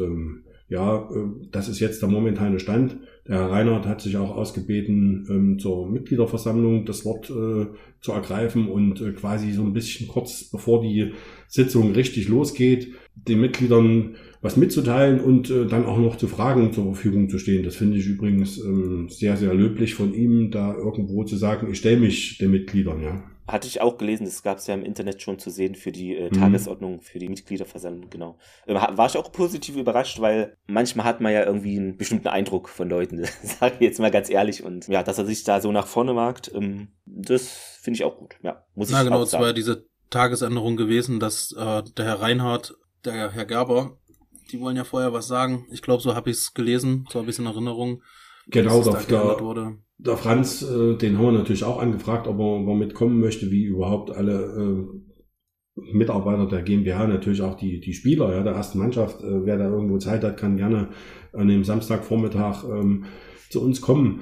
das ist jetzt der momentane Stand. Der Herr Reinhardt hat sich auch ausgebeten, zur Mitgliederversammlung das Wort zu ergreifen und quasi so ein bisschen kurz bevor die Sitzung richtig losgeht, den Mitgliedern was mitzuteilen und dann auch noch zu Fragen zur Verfügung zu stehen. Das finde ich übrigens sehr, sehr löblich von ihm, da irgendwo zu sagen, ich stelle mich den Mitgliedern, ja. Hatte ich auch gelesen, das gab es ja im Internet schon zu sehen für die Tagesordnung, für die Mitgliederversammlung, genau. War ich auch positiv überrascht, weil manchmal hat man ja irgendwie einen bestimmten Eindruck von Leuten, sage ich jetzt mal ganz ehrlich. Und ja, dass er sich da so nach vorne wagt, das finde ich auch gut. Ja, muss ich auch sagen. Na genau, es war ja diese Tagesänderung gewesen, dass der Herr Reinhardt, der Herr Gerber, die wollen ja vorher was sagen. Ich glaube, so habe ich es gelesen, so habe ich es in Erinnerung. Genau, der Franz, den haben wir natürlich auch angefragt, ob er mitkommen möchte, wie überhaupt alle Mitarbeiter der GmbH, natürlich auch die Spieler, ja, der ersten Mannschaft. Wer da irgendwo Zeit hat, kann gerne an dem Samstagvormittag zu uns kommen.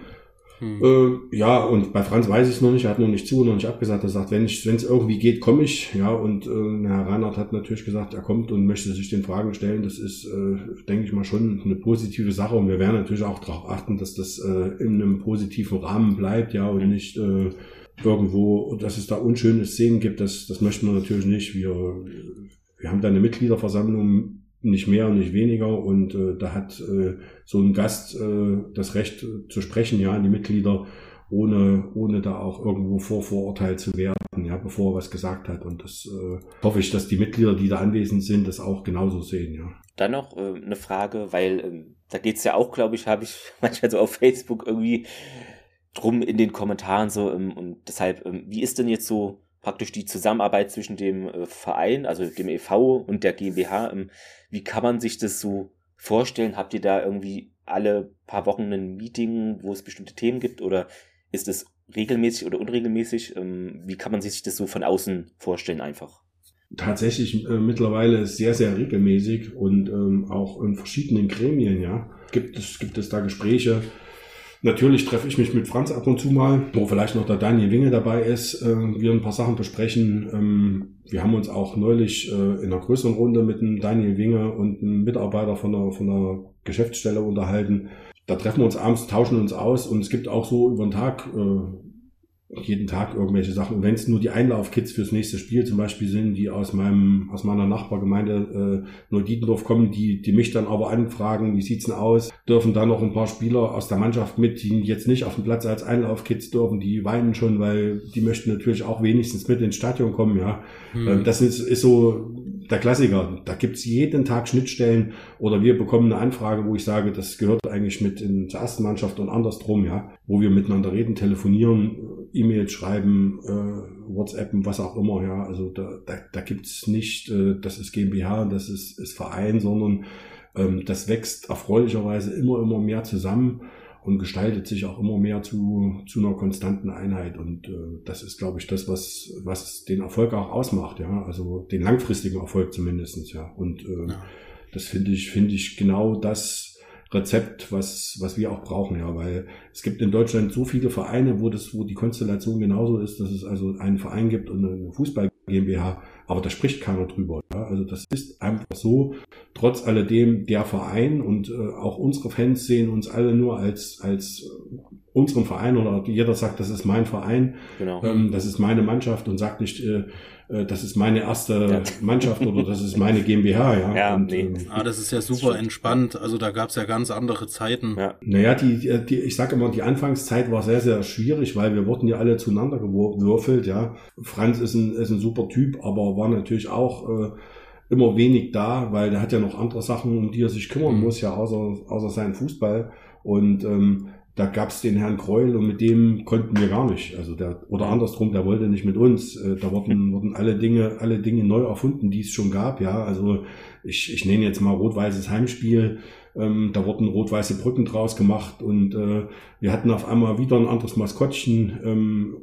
Ja, und bei Franz weiß ich es noch nicht, er hat noch nicht abgesagt, er sagt, wenn es irgendwie geht, komme ich, ja, und Herr Reinhardt hat natürlich gesagt, er kommt und möchte sich den Fragen stellen, das ist, denke ich mal, schon eine positive Sache und wir werden natürlich auch darauf achten, dass das in einem positiven Rahmen bleibt, ja, und nicht irgendwo, dass es da unschöne Szenen gibt, das möchten wir natürlich nicht, wir haben da eine Mitgliederversammlung, nicht mehr und nicht weniger und da hat so ein Gast das Recht zu sprechen, ja, an die Mitglieder, ohne da auch irgendwo vorverurteilt zu werden, ja, bevor er was gesagt hat und das hoffe ich, dass die Mitglieder, die da anwesend sind, das auch genauso sehen, ja. Dann noch eine Frage, weil da geht's ja auch, glaube ich, habe ich manchmal so auf Facebook irgendwie drum in den Kommentaren so und deshalb, wie ist denn jetzt so praktisch die Zusammenarbeit zwischen dem Verein, also dem e.V. und der GmbH, wie kann man sich das so vorstellen? Habt ihr da irgendwie alle paar Wochen ein Meeting, wo es bestimmte Themen gibt oder ist es regelmäßig oder unregelmäßig? Wie kann man sich das so von außen vorstellen einfach? Tatsächlich mittlerweile sehr, sehr regelmäßig und auch in verschiedenen Gremien, ja, gibt es da Gespräche. Natürlich treffe ich mich mit Franz ab und zu mal, wo vielleicht noch der Daniel Winge dabei ist, wir ein paar Sachen besprechen. Wir haben uns auch neulich in einer größeren Runde mit dem Daniel Winge und einem Mitarbeiter von der Geschäftsstelle unterhalten. Da treffen wir uns abends, tauschen uns aus und es gibt auch so über den Tag, jeden Tag irgendwelche Sachen. Und wenn es nur die Einlaufkits fürs nächste Spiel zum Beispiel sind, die aus meiner Nachbargemeinde Neudietendorf kommen, die mich dann aber anfragen, wie sieht's denn aus? Dürfen da noch ein paar Spieler aus der Mannschaft mit, die jetzt nicht auf dem Platz als Einlaufkits dürfen, die weinen schon, weil die möchten natürlich auch wenigstens mit ins Stadion kommen, ja. Das ist so der Klassiker. Da gibt's jeden Tag Schnittstellen oder wir bekommen eine Anfrage, wo ich sage, das gehört eigentlich mit zur ersten Mannschaft und andersrum, ja, wo wir miteinander reden, telefonieren, E-Mails schreiben, WhatsAppen, was auch immer, ja, also da gibt's nicht, das ist GmbH, das ist Verein, sondern das wächst erfreulicherweise immer mehr zusammen und gestaltet sich auch immer mehr zu einer konstanten Einheit und das ist, glaube ich, das, was den Erfolg auch ausmacht, ja, also den langfristigen Erfolg zumindestens, ja, und das finde ich genau das Rezept, was wir auch brauchen, ja, weil es gibt in Deutschland so viele Vereine, wo die Konstellation genauso ist, dass es also einen Verein gibt und eine Fußball GmbH, aber da spricht keiner drüber, ja, also das ist einfach so, trotz alledem der Verein und auch unsere Fans sehen uns alle nur als unseren Verein oder jeder sagt, das ist mein Verein, genau. Das ist meine Mannschaft und sagt nicht, das ist meine erste Mannschaft oder das ist meine GmbH, ja. Ja, und, das ist ja super entspannt, also da gab's ja ganz andere Zeiten. Ja. Naja, ich sage immer, die Anfangszeit war sehr, sehr schwierig, weil wir wurden ja alle zueinander gewürfelt, ja. Franz ist ein super Typ, aber war natürlich auch immer wenig da, weil der hat ja noch andere Sachen, um die er sich kümmern muss, ja, außer seinen Fußball und da gab's den Herrn Kreul und mit dem konnten wir gar nicht. Also oder andersrum, der wollte nicht mit uns. Da wurden alle Dinge neu erfunden, die es schon gab. Ja, also ich nenne jetzt mal rot-weißes Heimspiel. Da wurden rot-weiße Brücken draus gemacht und wir hatten auf einmal wieder ein anderes Maskottchen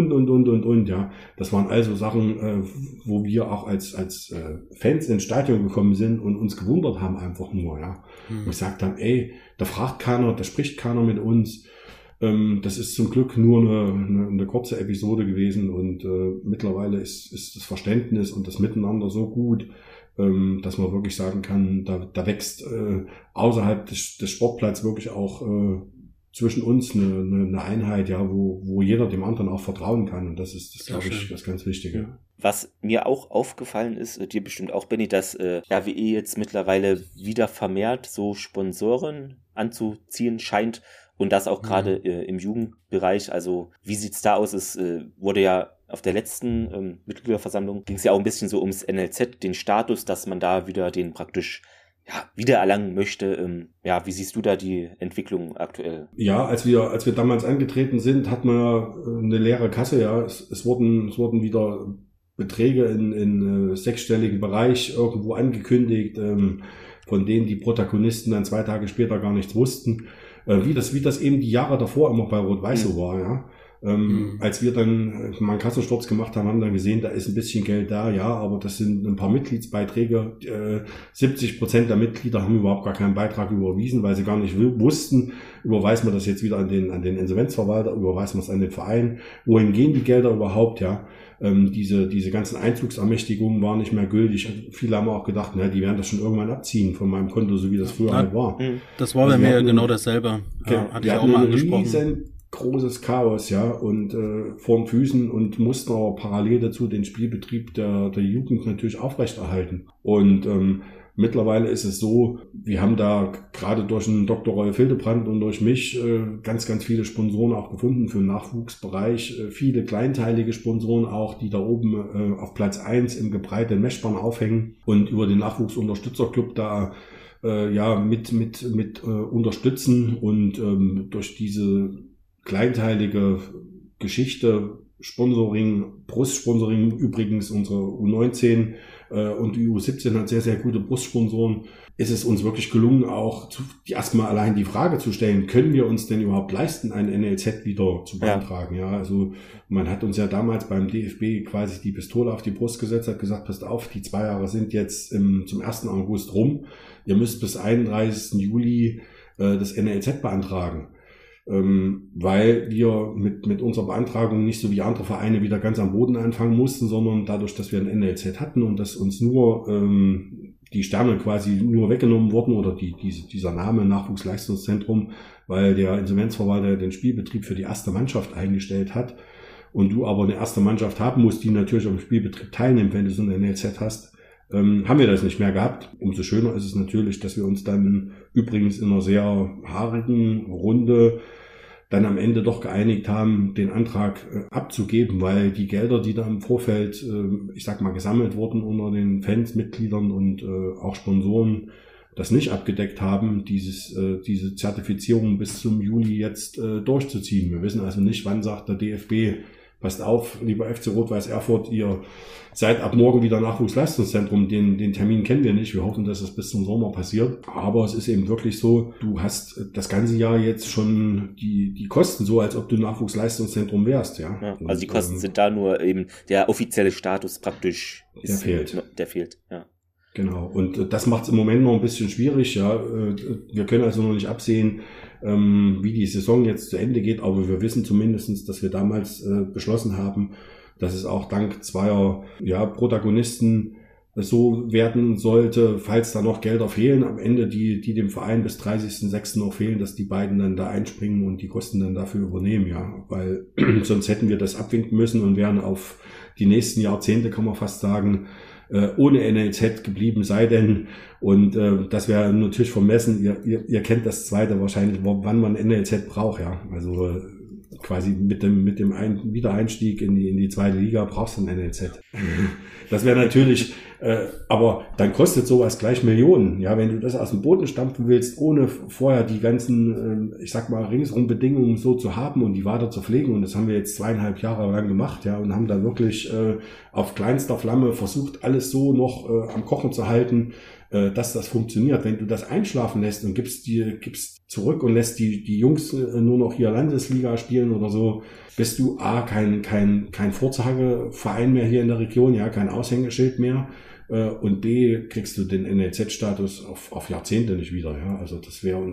und ja. Das waren also Sachen, wo wir auch als Fans ins Stadion gekommen sind und uns gewundert haben einfach nur, ja. Und gesagt haben, ey, da fragt keiner, da spricht keiner mit uns. Das ist zum Glück nur eine kurze Episode gewesen und mittlerweile ist das Verständnis und das Miteinander so gut, dass man wirklich sagen kann, da wächst außerhalb des Sportplatzes wirklich auch zwischen uns eine Einheit, ja, wo jeder dem anderen auch vertrauen kann und das ist glaube ich, das ganz Wichtige. Was mir auch aufgefallen ist, dir bestimmt auch, Benni, dass RWE jetzt mittlerweile wieder vermehrt so Sponsoren anzuziehen scheint und das auch gerade im Jugendbereich. Also wie sieht's da aus? Es wurde ja auf der letzten Mitgliederversammlung ging es ja auch ein bisschen so ums NLZ, den Status, dass man da wieder den praktisch wiedererlangen möchte. Wie siehst du da die Entwicklung aktuell? Ja, als wir damals angetreten sind, hatten wir eine leere Kasse. Ja, es wurden wieder Beträge in sechsstelligen Bereich irgendwo angekündigt, von denen die Protagonisten dann 2 Tage später gar nichts wussten. Wie das eben die Jahre davor immer bei Rot-Weiß so war, ja. Als wir dann mal einen Kassensturz gemacht haben, haben wir dann gesehen, da ist ein bisschen Geld da, ja, aber das sind ein paar Mitgliedsbeiträge. 70% der Mitglieder haben überhaupt gar keinen Beitrag überwiesen, weil sie gar nicht wussten, überweisen wir das jetzt wieder an den Insolvenzverwalter, überweisen wir es an den Verein, wohin gehen die Gelder überhaupt, ja. Diese ganzen Einzugsermächtigungen waren nicht mehr gültig. Viele haben auch gedacht, die werden das schon irgendwann abziehen von meinem Konto, so wie das früher halt war. Das war bei mir genau dasselbe. Hatte ich auch mal angesprochen. Großes Chaos, ja, und vor den Füßen und mussten aber parallel dazu den Spielbetrieb der Jugend natürlich aufrechterhalten. Und mittlerweile ist es so, wir haben da gerade durch den Dr. Rolf Hildebrand und durch mich ganz, ganz viele Sponsoren auch gefunden für den Nachwuchsbereich. Viele kleinteilige Sponsoren auch, die da oben auf Platz 1 im Gebreite in Meschbahn aufhängen und über den Nachwuchsunterstützerclub da mit unterstützen und durch diese kleinteilige Geschichte, Sponsoring, Brustsponsoring übrigens, unsere U19 und die U17 hat sehr, sehr gute Brustsponsoren, ist es uns wirklich gelungen, auch erstmal allein die Frage zu stellen, können wir uns denn überhaupt leisten, ein NLZ wieder zu beantragen? Ja, also man hat uns ja damals beim DFB quasi die Pistole auf die Brust gesetzt, hat gesagt, passt auf, die 2 Jahre sind jetzt zum 1. August rum, ihr müsst bis 31. Juli das NLZ beantragen. Weil wir mit unserer Beantragung nicht so wie andere Vereine wieder ganz am Boden anfangen mussten, sondern dadurch, dass wir ein NLZ hatten und dass uns nur die Sterne quasi nur weggenommen wurden oder dieser Name Nachwuchsleistungszentrum, weil der Insolvenzverwalter den Spielbetrieb für die erste Mannschaft eingestellt hat und du aber eine erste Mannschaft haben musst, die natürlich am Spielbetrieb teilnimmt, wenn du so ein NLZ hast, haben wir das nicht mehr gehabt. Umso schöner ist es natürlich, dass wir uns dann übrigens in einer sehr haarigen Runde dann am Ende doch geeinigt haben, den Antrag abzugeben, weil die Gelder, die da im Vorfeld, gesammelt wurden unter den Fans, Mitgliedern und auch Sponsoren, das nicht abgedeckt haben, diese Zertifizierung bis zum Juli jetzt durchzuziehen. Wir wissen also nicht, wann sagt der DFB, passt auf, lieber FC Rot-Weiß Erfurt, ihr seid ab morgen wieder Nachwuchsleistungszentrum. Den Termin kennen wir nicht. Wir hoffen, dass es bis zum Sommer passiert. Aber es ist eben wirklich so, du hast das ganze Jahr jetzt schon die Kosten so, als ob du Nachwuchsleistungszentrum wärst. Ja, also die Kosten sind da, nur eben der offizielle Status praktisch ist, der fehlt. Ja. Genau. Und das macht es im Moment noch ein bisschen schwierig. Ja, wir können also noch nicht absehen, wie die Saison jetzt zu Ende geht, aber wir wissen zumindestens, dass wir damals beschlossen haben, dass es auch dank zweier Protagonisten so werden sollte, falls da noch Gelder fehlen, am Ende, die dem Verein bis 30.06. noch fehlen, dass die beiden dann da einspringen und die Kosten dann dafür übernehmen, ja, weil sonst hätten wir das abwinken müssen und wären auf die nächsten Jahrzehnte, kann man fast sagen, ohne NLZ geblieben, sei denn, und das wäre natürlich vermessen, ihr kennt das zweite wahrscheinlich, wann man NLZ braucht, ja, also quasi mit dem Wiedereinstieg in die zweite Liga brauchst du ein NLZ. Das wäre natürlich, aber dann kostet sowas gleich Millionen. Ja, wenn du das aus dem Boden stampfen willst, ohne vorher die ganzen, ringsum Bedingungen so zu haben und die weiter zu pflegen. Und das haben wir jetzt 2,5 Jahre lang gemacht, ja, und haben da wirklich auf kleinster Flamme versucht, alles so noch am Kochen zu halten, dass das funktioniert. Wenn du das einschlafen lässt und gibst zurück und lässt die Jungs nur noch hier Landesliga spielen oder so, bist du A, kein Vorzeigeverein mehr hier in der Region, ja, kein Aushängeschild mehr, und B, kriegst du den NLZ-Status auf Jahrzehnte nicht wieder, ja. Also das wäre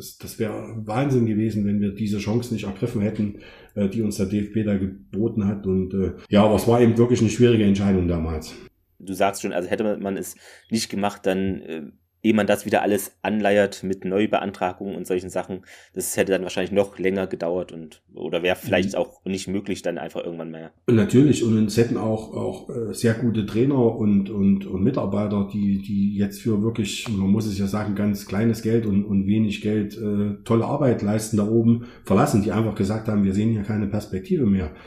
Wahnsinn gewesen, wenn wir diese Chance nicht ergriffen hätten, die uns der DFB da geboten hat. Und aber es war eben wirklich eine schwierige Entscheidung damals. Du sagst schon, also hätte man es nicht gemacht, dann, ehe man das wieder alles anleiert mit Neubeantragungen und solchen Sachen, das hätte dann wahrscheinlich noch länger gedauert oder wäre vielleicht auch nicht möglich dann einfach irgendwann mehr. Und natürlich, und es hätten auch sehr gute Trainer und Mitarbeiter, die jetzt für wirklich, man muss es ja sagen, ganz kleines Geld und wenig Geld tolle Arbeit leisten da oben, verlassen, die einfach gesagt haben, wir sehen hier keine Perspektive mehr.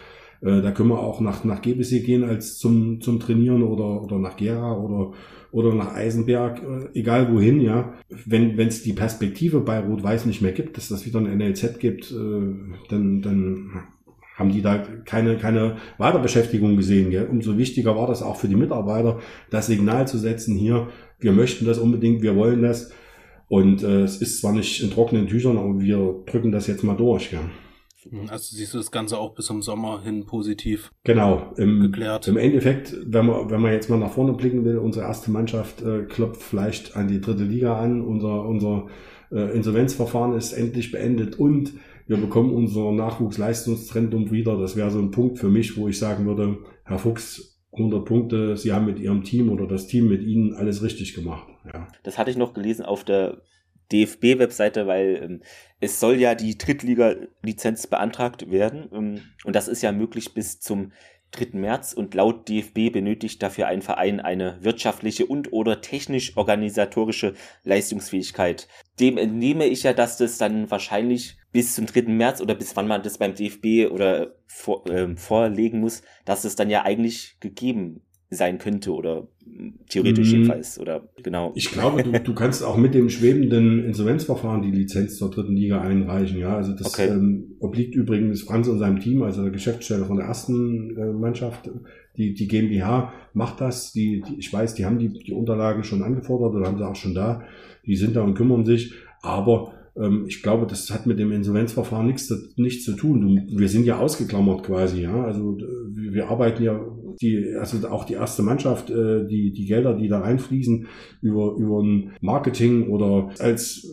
Da können wir auch nach Gebesee gehen als zum Trainieren oder nach Gera oder nach Eisenberg, egal wohin, ja. Wenn es die Perspektive bei Rot-Weiß nicht mehr gibt, dass das wieder ein NLZ gibt, dann haben die da keine Weiterbeschäftigung gesehen. Gell? Umso wichtiger war das auch für die Mitarbeiter, das Signal zu setzen, hier, wir möchten das unbedingt, wir wollen das. Und es ist zwar nicht in trockenen Tüchern, aber wir drücken das jetzt mal durch. Gell? Also siehst du das Ganze auch bis zum Sommer hin positiv geklärt. Im Endeffekt, wenn man jetzt mal nach vorne blicken will, unsere erste Mannschaft klopft vielleicht an die 3. Liga an, unser Insolvenzverfahren ist endlich beendet und wir bekommen unser Nachwuchsleistungszentrum wieder. Das wäre so ein Punkt für mich, wo ich sagen würde, Herr Fuchs, 100 Punkte, Sie haben mit Ihrem Team oder das Team mit Ihnen alles richtig gemacht. Ja. Das hatte ich noch gelesen auf der DFB-Webseite, weil es soll ja die Drittliga-Lizenz beantragt werden und das ist ja möglich bis zum 3. März und laut DFB benötigt dafür ein Verein eine wirtschaftliche und/oder technisch-organisatorische Leistungsfähigkeit. Dem entnehme ich ja, dass das dann wahrscheinlich bis zum 3. März oder bis wann man das beim DFB oder vorlegen muss, dass es dann ja eigentlich gegeben sein könnte oder theoretisch jedenfalls oder genau. Ich glaube, du kannst auch mit dem schwebenden Insolvenzverfahren die Lizenz zur 3. Liga einreichen. Ja, also das obliegt übrigens Franz und seinem Team, also der Geschäftsstelle von der ersten Mannschaft. Die GmbH macht das. Ich weiß, die haben die Unterlagen schon angefordert oder haben sie auch schon da. Die sind da und kümmern sich. Aber ich glaube, das hat mit dem Insolvenzverfahren nichts zu tun. Wir sind ja ausgeklammert quasi, ja. Also wir arbeiten ja also auch die erste Mannschaft, die Gelder, die da reinfließen, über ein Marketing oder als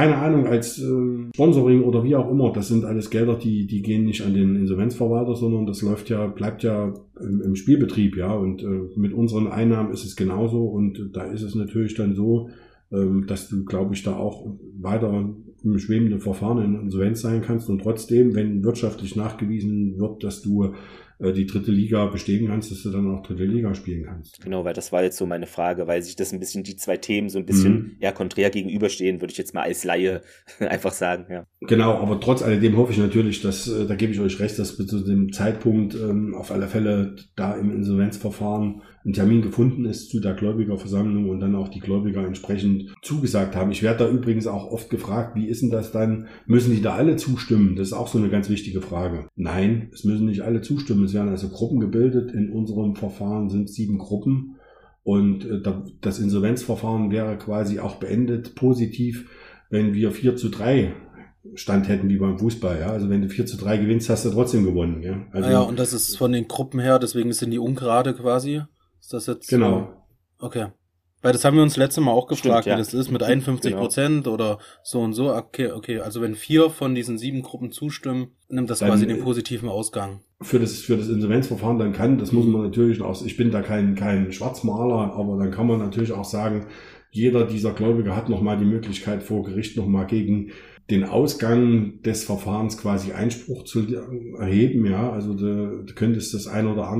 Sponsoring oder wie auch immer. Das sind alles Gelder, die gehen nicht an den Insolvenzverwalter, sondern das bleibt ja im Spielbetrieb, ja. Und mit unseren Einnahmen ist es genauso. Und da ist es natürlich dann so, dass du, glaube ich, da auch weiter im schwebenden Verfahren in Insolvenz sein kannst und trotzdem, wenn wirtschaftlich nachgewiesen wird, dass du die 3. Liga bestehen kannst, dass du dann auch 3. Liga spielen kannst. Genau, weil das war jetzt so meine Frage, weil sich das ein bisschen, die zwei Themen so ein bisschen konträr gegenüberstehen, würde ich jetzt mal als Laie einfach sagen, ja. Genau, aber trotz alledem hoffe ich natürlich, dass, da gebe ich euch recht, dass bis zu dem Zeitpunkt auf alle Fälle da im Insolvenzverfahren ein Termin gefunden ist zu der Gläubigerversammlung und dann auch die Gläubiger entsprechend zugesagt haben. Ich werde da übrigens auch oft gefragt, wie ist denn das dann? Müssen die da alle zustimmen? Das ist auch so eine ganz wichtige Frage. Nein, es müssen nicht alle zustimmen. Es werden also Gruppen gebildet. In unserem Verfahren sind 7 Gruppen und das Insolvenzverfahren wäre quasi auch beendet positiv, wenn wir 4:3 Stand hätten wie beim Fußball. Ja? Also wenn du 4:3 gewinnst, hast du trotzdem gewonnen. Ja, also, ja, und das ist von den Gruppen her, deswegen sind die ungerade quasi. Ist das jetzt genau. Okay. Weil das haben wir uns letztes Mal auch gefragt, Stimmt, ja. wie das ist mit 51% oder so und so. Okay. Also wenn 4 von diesen 7 Gruppen zustimmen, nimmt das dann quasi den positiven Ausgang. Für das Insolvenzverfahren das muss man natürlich auch, ich bin da kein Schwarzmaler, aber dann kann man natürlich auch sagen, jeder dieser Gläubiger hat nochmal die Möglichkeit vor Gericht nochmal gegen den Ausgang des Verfahrens quasi Einspruch zu erheben, ja, also du könntest das ein oder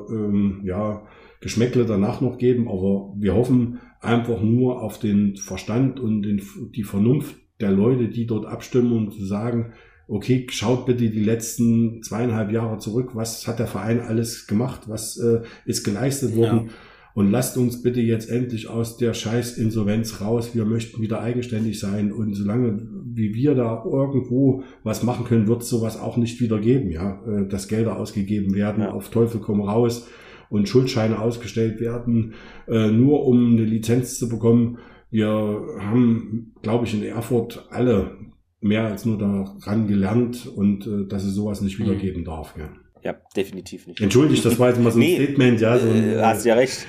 andere, Geschmäckle danach noch geben, aber wir hoffen einfach nur auf den Verstand und die Vernunft der Leute, die dort abstimmen und zu sagen, okay, schaut bitte die letzten 2,5 Jahre zurück, was hat der Verein alles gemacht, was ist geleistet worden und lasst uns bitte jetzt endlich aus der Scheiß-Insolvenz raus, wir möchten wieder eigenständig sein und solange wie wir da irgendwo was machen können, wird es sowas auch nicht wieder geben, ja, dass Gelder ausgegeben werden, auf Teufel komm raus und Schuldscheine ausgestellt werden, nur um eine Lizenz zu bekommen. Wir haben, glaube ich, in Erfurt alle mehr als nur daran gelernt und dass es sowas nicht wieder geben darf. Ja, ja, definitiv nicht. Entschuldigt, das war jetzt mal so ein Statement. Ja, hast ja recht.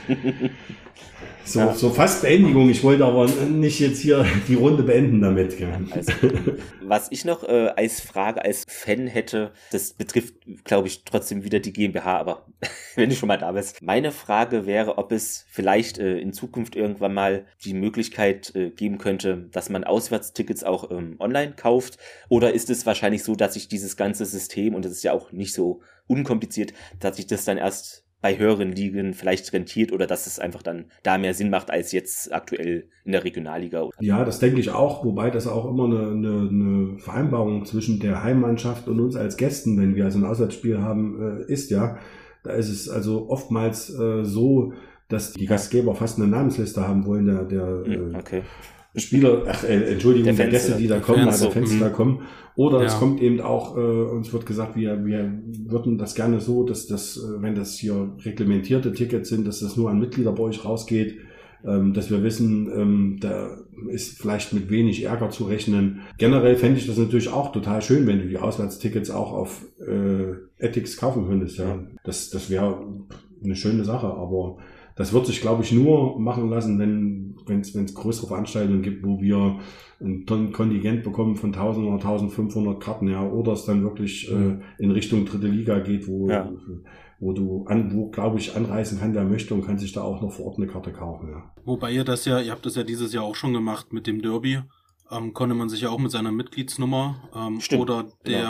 So fast Beendigung. Ich wollte aber nicht jetzt hier die Runde beenden damit. Also, was ich noch als Frage, als Fan hätte, das betrifft, glaube ich, trotzdem wieder die GmbH, aber wenn du schon mal da bist. Meine Frage wäre, ob es vielleicht in Zukunft irgendwann mal die Möglichkeit geben könnte, dass man Auswärtstickets auch online kauft. Oder ist es wahrscheinlich so, dass sich dieses ganze System, und das ist ja auch nicht so unkompliziert, dass sich das dann erst bei höheren Ligen vielleicht rentiert oder dass es einfach dann da mehr Sinn macht als jetzt aktuell in der Regionalliga. Ja, das denke ich auch, wobei das auch immer eine Vereinbarung zwischen der Heimmannschaft und uns als Gästen, wenn wir also ein Auswärtsspiel haben, ist ja. Da ist es also oftmals so, dass die Gastgeber fast eine Namensliste haben wollen, Okay. Spieler, Entschuldigung, der Gäste, die da kommen, der Fans, die da kommen. Oder es kommt eben auch, uns wird gesagt, wir würden das gerne so, dass das, wenn das hier reglementierte Tickets sind, dass das nur an Mitglieder bei euch rausgeht, dass wir wissen, da ist vielleicht mit wenig Ärger zu rechnen. Generell fände ich das natürlich auch total schön, wenn du die Auswärtstickets auch auf Ethics kaufen könntest. Ja, das wäre eine schöne Sache, aber das wird sich, glaube ich, nur machen lassen, wenn es größere Veranstaltungen gibt, wo wir ein Kontingent bekommen von 1000 oder 1500 Karten, ja, oder es dann wirklich in Richtung dritte Liga geht, wo glaube ich, anreisen kann, wer möchte und kann sich da auch noch vor Ort eine Karte kaufen, ja. Wobei ihr habt das ja dieses Jahr auch schon gemacht mit dem Derby, konnte man sich ja auch mit seiner Mitgliedsnummer oder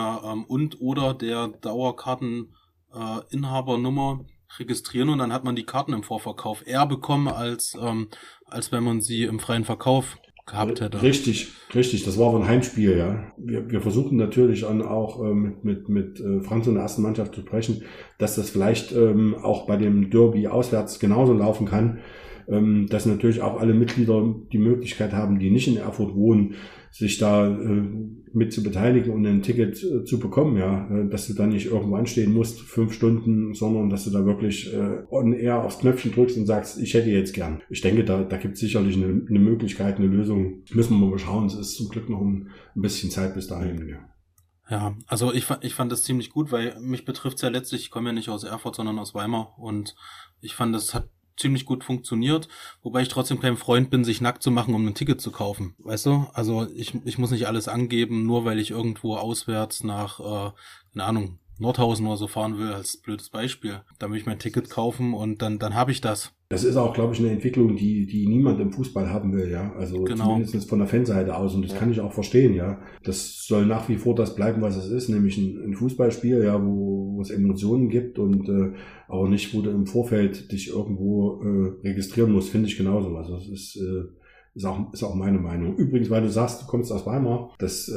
der Dauerkarten Inhabernummer registrieren und dann hat man die Karten im Vorverkauf eher bekommen, als wenn man sie im freien Verkauf gehabt hätte. Richtig, das war aber ein Heimspiel, ja. Wir versuchen natürlich auch mit Franz und der ersten Mannschaft zu sprechen, dass das vielleicht auch bei dem Derby auswärts genauso laufen kann, dass natürlich auch alle Mitglieder die Möglichkeit haben, die nicht in Erfurt wohnen, sich da mit zu beteiligen und ein Ticket zu bekommen, ja, dass du da nicht irgendwo anstehen musst, 5 Stunden, sondern dass du da wirklich on air aufs Knöpfchen drückst und sagst, ich hätte jetzt gern. Ich denke, da gibt es sicherlich eine Möglichkeit, eine Lösung. Müssen wir mal schauen, es ist zum Glück noch ein bisschen Zeit bis dahin, ja. Ja, also ich fand das ziemlich gut, weil mich betrifft's ja letztlich, ich komme ja nicht aus Erfurt, sondern aus Weimar und ich fand, das hat ziemlich gut funktioniert, wobei ich trotzdem kein Freund bin, sich nackt zu machen, um ein Ticket zu kaufen, weißt du? Also ich muss nicht alles angeben, nur weil ich irgendwo auswärts nach, keine Ahnung, Nordhausen oder so fahren will, als blödes Beispiel. Da will ich mein Ticket kaufen und dann habe ich das. Das ist auch, glaube ich, eine Entwicklung, die niemand im Fußball haben will, ja. Also zumindest von der Fanseite aus. Und das kann ich auch verstehen, ja. Das soll nach wie vor das bleiben, was es ist, nämlich ein Fußballspiel, ja, wo es Emotionen gibt und aber nicht, wo du im Vorfeld dich irgendwo registrieren musst, finde ich genauso. Also das ist auch meine Meinung. Übrigens, weil du sagst, du kommst aus Weimar, das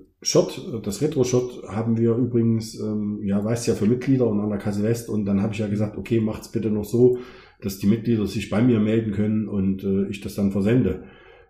Retro-Shot haben wir übrigens, weißt ja, für Mitglieder und an der Kasse West. Und dann habe ich ja gesagt, okay, macht's bitte noch so, dass die Mitglieder sich bei mir melden können und ich das dann versende.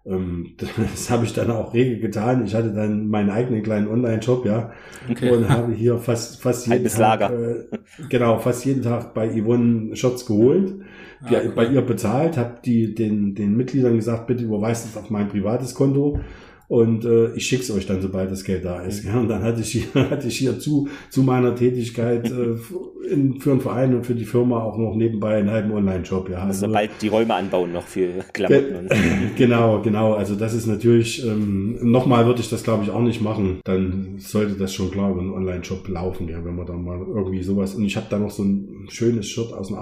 Das habe ich dann auch rege getan. Ich hatte dann meinen eigenen kleinen Online-Shop, ja, okay. Und habe hier fast jeden Tag, fast jeden Tag bei Yvonne Shots geholt, cool. Bei ihr bezahlt, habe den Mitgliedern gesagt, bitte überweist es auf mein privates Konto. Und ich schick's euch dann, sobald das Geld da ist. Ja, und dann hatte ich hier zu meiner Tätigkeit für einen Verein und für die Firma auch noch nebenbei einen halben Online-Shop. Ja, also bald die Räume anbauen noch für Klamotten. Genau. Also das ist natürlich, nochmal würde ich das, glaube ich, auch nicht machen. Dann sollte das schon klar über einen Online-Shop laufen, ja, wenn man dann mal irgendwie sowas. Und ich habe da noch so ein schönes Shirt aus den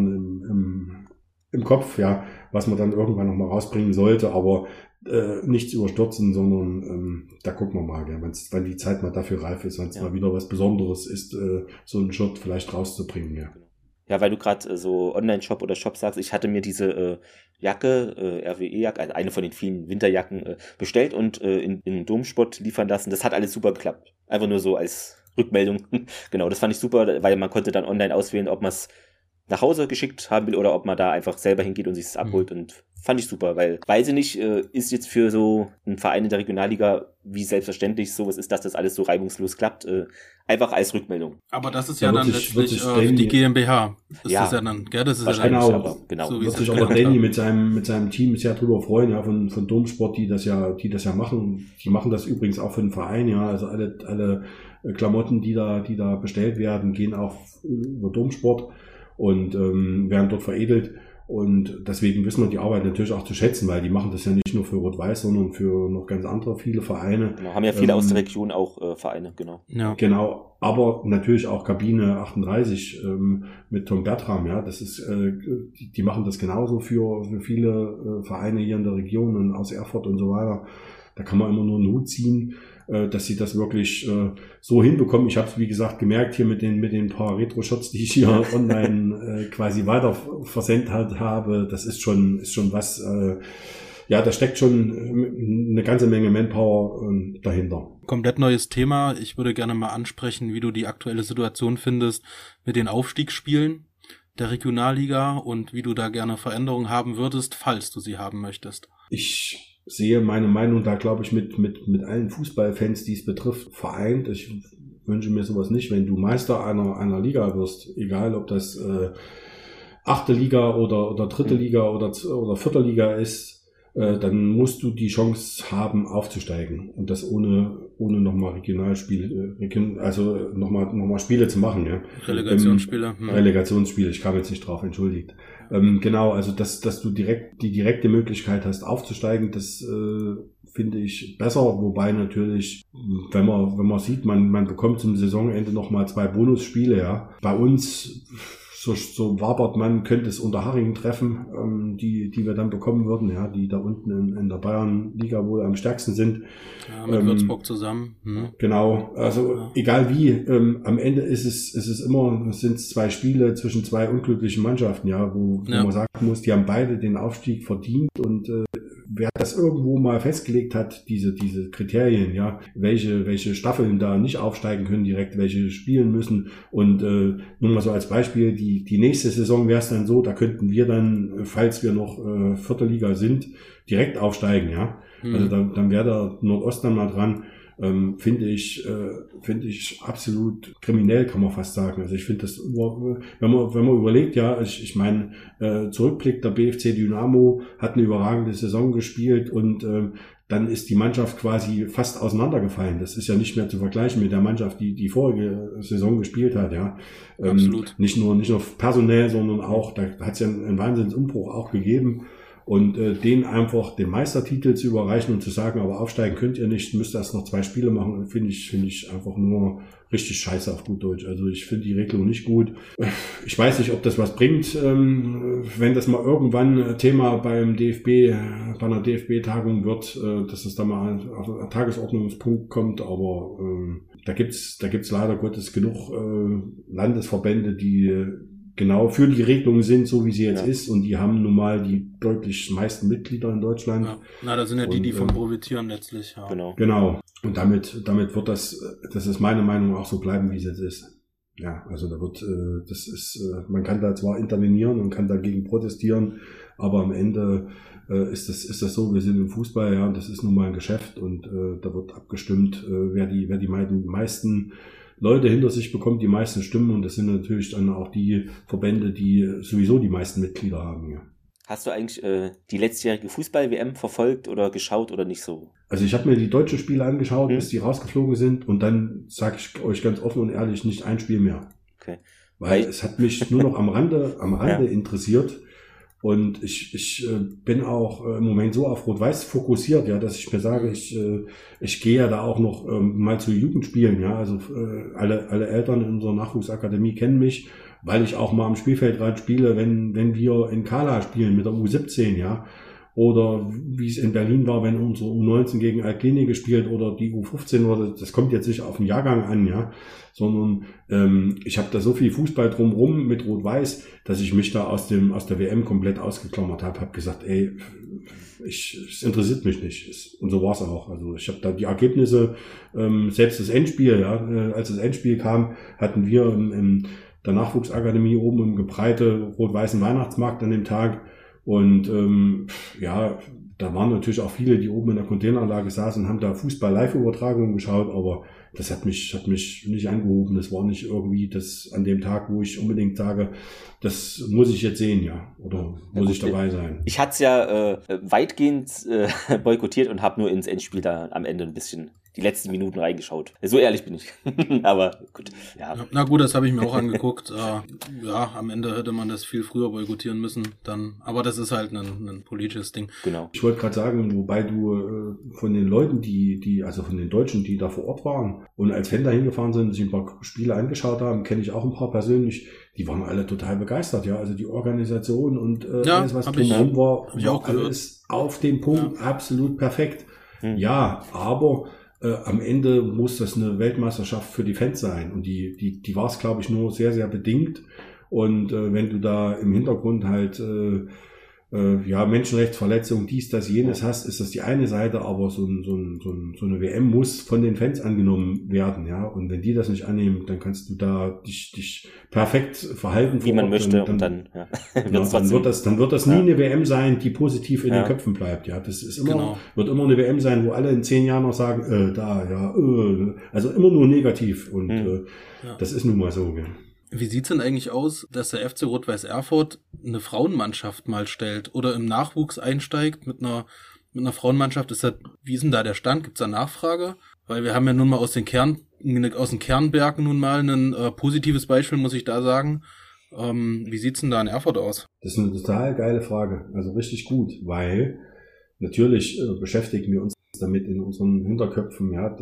80ern im Kopf, ja, was man dann irgendwann noch mal rausbringen sollte, aber nichts überstürzen, sondern da gucken wir mal, ja, wenn die Zeit mal dafür reif ist, wenn es mal wieder was Besonderes ist, so ein Shirt vielleicht rauszubringen, ja. Ja, weil du gerade so Online-Shop oder Shop sagst, ich hatte mir diese Jacke, RWE-Jacke, also eine von den vielen Winterjacken bestellt und in den Domspot liefern lassen. Das hat alles super geklappt. Einfach nur so als Rückmeldung. Genau, das fand ich super, weil man konnte dann online auswählen, ob man es nach Hause geschickt haben will oder ob man da einfach selber hingeht und sich das abholt und fand ich super, weil, weiß ich nicht, ist jetzt für so einen Verein in der Regionalliga, wie selbstverständlich sowas ist, dass das alles so reibungslos klappt, einfach als Rückmeldung. Aber das ist ja dann letztlich die GmbH. Das ist ja dann, gell, das ist ja dann genau. So wird sich aber Danny mit seinem Team sehr drüber freuen, ja, von Domsport, die das ja machen. Die machen das übrigens auch für den Verein, ja, also alle Klamotten, die da bestellt werden, gehen auch über Domsport und werden dort veredelt. Und deswegen wissen wir die Arbeit natürlich auch zu schätzen, weil die machen das ja nicht nur für Rot-Weiß, sondern für noch ganz andere viele Vereine. Genau, haben ja viele aus der Region auch Vereine, genau. Ja. Genau, aber natürlich auch Kabine 38 mit Tom Bertram, ja, das ist, die machen das genauso für viele Vereine hier in der Region und aus Erfurt und so weiter. da kann man immer nur einen Hut ziehen, dass sie das wirklich so hinbekommen. Ich habe es, wie gesagt, gemerkt hier mit den paar Retro-Shots, die ich hier online quasi weiter versendet habe. Das ist schon was, da steckt schon eine ganze Menge Manpower dahinter. Komplett neues Thema. Ich würde gerne mal ansprechen, wie du die aktuelle Situation findest mit den Aufstiegsspielen der Regionalliga und wie du da gerne Veränderungen haben würdest, falls du sie haben möchtest. Ich sehe meine Meinung da, glaube ich, mit allen Fußballfans, die es betrifft, vereint. Ich wünsche mir sowas nicht, wenn du Meister einer Liga wirst, egal ob das 8. Liga oder 3. Liga oder 4. Liga ist, dann musst du die Chance haben, aufzusteigen und das ohne nochmal Regionalspiele, also nochmal Spiele zu machen. Ja. Relegationsspiele. Relegationsspiele, ich kam jetzt nicht drauf, entschuldigt. Genau, also dass du die direkte Möglichkeit hast, aufzusteigen, das finde ich besser, wobei natürlich, wenn man sieht, man bekommt zum Saisonende nochmal 2 Bonusspiele, ja. Bei uns so wabert man, könnte es Unterhaching treffen, die wir dann bekommen würden, ja, die da unten in der Bayernliga wohl am stärksten sind. Ja, mit Würzburg zusammen. Genau, also egal wie, am Ende ist es immer, sind es 2 Spiele zwischen 2 unglücklichen Mannschaften, ja, wo man sagen muss, die haben beide den Aufstieg verdient und wer das irgendwo mal festgelegt hat, diese Kriterien, ja, welche Staffeln da nicht aufsteigen können direkt, welche spielen müssen und nur mal so als Beispiel, die nächste Saison wäre es dann so, da könnten wir dann, falls wir noch 4. Liga sind, direkt aufsteigen, ja. Also dann wäre der Nordost dann mal dran. Finde ich absolut kriminell, kann man fast sagen. Also ich finde das, wenn man überlegt, ja, ich meine, Zurückblick, der BFC Dynamo hat eine überragende Saison gespielt und dann ist die Mannschaft quasi fast auseinandergefallen. Das ist ja nicht mehr zu vergleichen mit der Mannschaft, die vorige Saison gespielt hat, ja. Absolut. Nicht nur personell, sondern auch, da hat es ja einen Wahnsinnsumbruch auch gegeben. Und denen einfach den Meistertitel zu überreichen und zu sagen, aber aufsteigen könnt ihr nicht, müsst erst noch 2 Spiele machen, finde ich einfach nur richtig scheiße auf gut Deutsch. Also ich finde die Regelung nicht gut. Ich weiß nicht, ob das was bringt, wenn das mal irgendwann Thema bei einer DFB-Tagung wird, dass es da mal auf einen Tagesordnungspunkt kommt, aber da gibt's leider Gottes genug Landesverbände, die genau für die Regelung sind, so wie sie jetzt ist, und die haben nun mal die deutlich meisten Mitglieder in Deutschland. Ja. Na, das sind ja die von profitieren letztlich. Ja. Genau. Und damit wird das ist meine Meinung, auch so bleiben, wie es jetzt ist. Ja, also da wird, man kann da zwar intervenieren und kann dagegen protestieren, aber am Ende ist das so, wir sind im Fußball, ja, und das ist nun mal ein Geschäft und da wird abgestimmt, wer die meisten Leute hinter sich bekommt, die meisten Stimmen, und das sind natürlich dann auch die Verbände, die sowieso die meisten Mitglieder haben. Ja. Hast du eigentlich die letztjährige Fußball-WM verfolgt oder geschaut oder nicht so? Also ich habe mir die deutschen Spiele angeschaut, bis die rausgeflogen sind, und dann sage ich euch ganz offen und ehrlich, nicht ein Spiel mehr. Okay. Weil es hat mich nur noch am Rande interessiert. Und ich bin auch im Moment so auf Rot-Weiß fokussiert, ja, dass ich mir sage, ich gehe ja da auch noch mal zu Jugendspielen, ja, also alle Eltern in unserer Nachwuchsakademie kennen mich, weil ich auch mal am Spielfeldrand spiele, wenn wir in Kala spielen mit der U17, ja, oder wie es in Berlin war, wenn unsere U19 gegen Altklinik gespielt oder die U15 oder das kommt jetzt nicht auf den Jahrgang an, ja, sondern ich habe da so viel Fußball drumrum mit Rot-Weiß, dass ich mich da aus der WM komplett ausgeklammert habe gesagt, ey, es interessiert mich nicht. Und so war es auch. Also ich habe da die Ergebnisse, selbst das Endspiel, ja, als das Endspiel kam, hatten wir in der Nachwuchsakademie oben im Gebreite rot-weißen Weihnachtsmarkt an dem Tag. Und da waren natürlich auch viele, die oben in der Containeranlage saßen und haben da Fußball-Live-Übertragungen geschaut, aber das hat mich nicht angehoben. Das war nicht irgendwie das an dem Tag, wo ich unbedingt sage, das muss ich jetzt sehen, ja, oder muss ich dabei sein. Ich hatte es ja weitgehend boykottiert und habe nur ins Endspiel da am Ende ein bisschen die letzten Minuten reingeschaut. So ehrlich bin ich. Aber gut, ja. Na gut, das habe ich mir auch angeguckt. Am Ende hätte man das viel früher boykottieren müssen. Aber das ist halt ein politisches Ding. Genau. Ich wollte gerade sagen, wobei du von den Leuten, also von den Deutschen, die da vor Ort waren und als Fan da hingefahren sind, sich ein paar Spiele angeschaut haben, kenne ich auch ein paar persönlich, die waren alle total begeistert, ja. Also die Organisation und alles, was drumherum war, auch alles auf den Punkt, absolut perfekt. Ja, aber am Ende muss das eine Weltmeisterschaft für die Fans sein. Und die war es, glaube ich, nur sehr, sehr bedingt. Und wenn du da im Hintergrund halt Menschenrechtsverletzungen, dies, das, jenes hast, ist das die eine Seite, aber so eine WM muss von den Fans angenommen werden, ja. Und wenn die das nicht annehmen, dann kannst du da dich perfekt verhalten. Wie man möchte, dann dann wird das nie eine WM sein, die positiv in den Köpfen bleibt, ja. Das ist immer, wird immer eine WM sein, wo alle in 10 Jahren noch sagen, also immer nur negativ und das ist nun mal so, ja. Wie sieht's denn eigentlich aus, dass der FC Rot-Weiß Erfurt eine Frauenmannschaft mal stellt oder im Nachwuchs einsteigt mit einer Frauenmannschaft? Wie ist denn da der Stand? Gibt's da Nachfrage? Weil wir haben ja nun mal aus den Kernbergen nun mal ein positives Beispiel, muss ich da sagen. Wie sieht's denn da in Erfurt aus? Das ist eine total geile Frage, also richtig gut, weil natürlich beschäftigen wir uns damit in unseren Hinterköpfen, ja,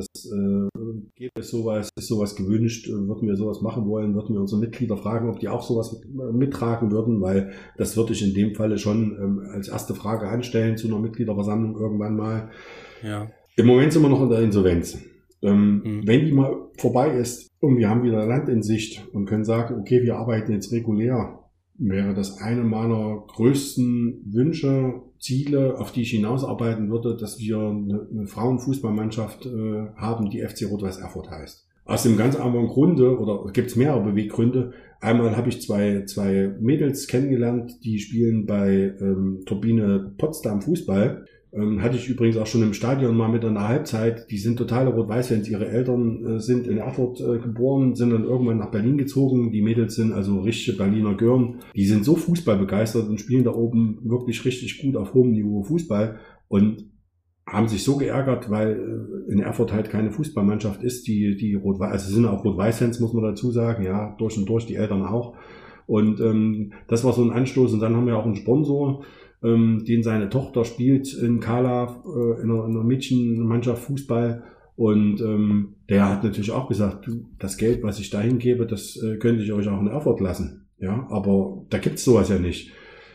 gibt es sowas, ist sowas gewünscht, würden wir sowas machen wollen, würden wir unsere Mitglieder fragen, ob die auch sowas mittragen würden, weil das würde ich in dem Falle schon als erste Frage anstellen zu einer Mitgliederversammlung irgendwann mal. Ja. Im Moment sind wir noch in der Insolvenz. Wenn die mal vorbei ist und wir haben wieder Land in Sicht und können sagen, okay, wir arbeiten jetzt regulär, wäre das eine meiner größten Wünsche, Ziele, auf die ich hinausarbeiten würde, dass wir eine Frauenfußballmannschaft haben, die FC Rot-Weiß Erfurt heißt. Aus dem ganz anderen Grunde, oder gibt es mehrere Beweggründe. Einmal habe ich zwei Mädels kennengelernt, die spielen bei Turbine Potsdam Fußball. Hatte ich übrigens auch schon im Stadion mal mit einer Halbzeit. Die sind totale Rot-Weiß-Fans. Ihre Eltern sind in Erfurt geboren, sind dann irgendwann nach Berlin gezogen. Die Mädels sind also richtige Berliner Gören. Die sind so fußballbegeistert und spielen da oben wirklich richtig gut auf hohem Niveau Fußball und haben sich so geärgert, weil in Erfurt halt keine Fußballmannschaft ist, die Rot-Weiß, also sind auch Rot-Weiß-Fans, muss man dazu sagen, ja, durch und durch, die Eltern auch. Und das war so ein Anstoß. Und dann haben wir auch einen Sponsor, den seine Tochter spielt in Kala, in einer Mädchenmannschaft Fußball. Und der hat natürlich auch gesagt, das Geld, was ich dahin gebe, das könnte ich euch auch in Erfurt lassen. Ja, aber da gibt's sowas ja nicht.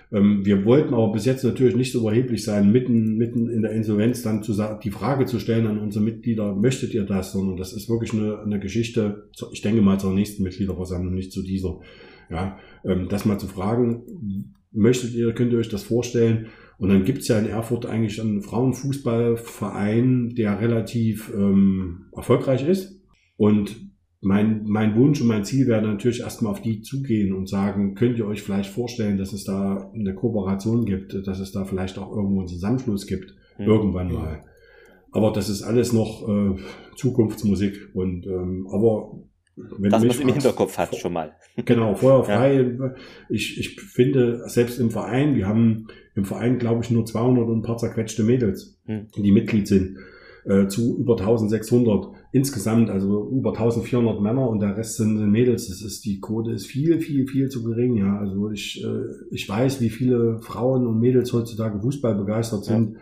Wir wollten aber bis jetzt natürlich nicht so überheblich sein, mitten in der Insolvenz dann die Frage zu stellen an unsere Mitglieder, möchtet ihr das? Sondern das ist wirklich eine Geschichte, ich denke mal zur nächsten Mitgliederversammlung, nicht zu dieser. Ja, das mal zu fragen, könnt ihr euch das vorstellen? Und dann gibt's ja in Erfurt eigentlich einen Frauenfußballverein, der relativ erfolgreich ist. Und mein Wunsch und mein Ziel wäre natürlich erstmal auf die zugehen und sagen, könnt ihr euch vielleicht vorstellen, dass es da eine Kooperation gibt, dass es da vielleicht auch irgendwo einen Zusammenschluss gibt, irgendwann mal. Aber das ist alles noch Zukunftsmusik. Und aber wenn dass man es im Hinterkopf hat schon mal. Genau, feuerfrei. Ja. Ich finde, selbst im Verein, wir haben im Verein, glaube ich, nur 200 und ein paar zerquetschte Mädels, die Mitglied sind, zu über 1600 insgesamt, also über 1400 Männer und der Rest sind Mädels. Die Quote ist viel, viel, viel zu gering. Ja, also ich weiß, wie viele Frauen und Mädels heutzutage Fußball begeistert sind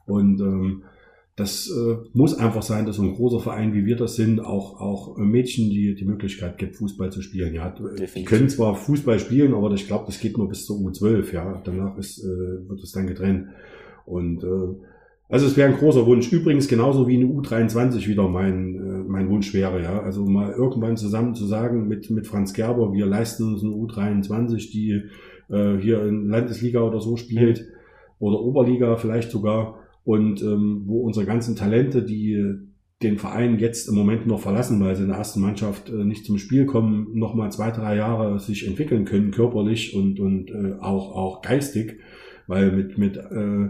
und das muss einfach sein, dass so ein großer Verein, wie wir das sind, auch Mädchen die Möglichkeit gibt, Fußball zu spielen. Ja, die können zwar Fußball spielen, aber ich glaube, das geht nur bis zur U12. Ja, danach wird es dann getrennt. Und also es wäre ein großer Wunsch. Übrigens genauso wie eine U23 wieder mein Wunsch wäre. Ja, also mal irgendwann zusammen zu sagen mit Franz Gerber, wir leisten uns eine U23, die hier in Landesliga oder so spielt oder Oberliga vielleicht sogar. Und wo unsere ganzen Talente, die den Verein jetzt im Moment noch verlassen, weil sie in der ersten Mannschaft nicht zum Spiel kommen, nochmal 2-3 Jahre sich entwickeln können, körperlich und auch geistig, weil mit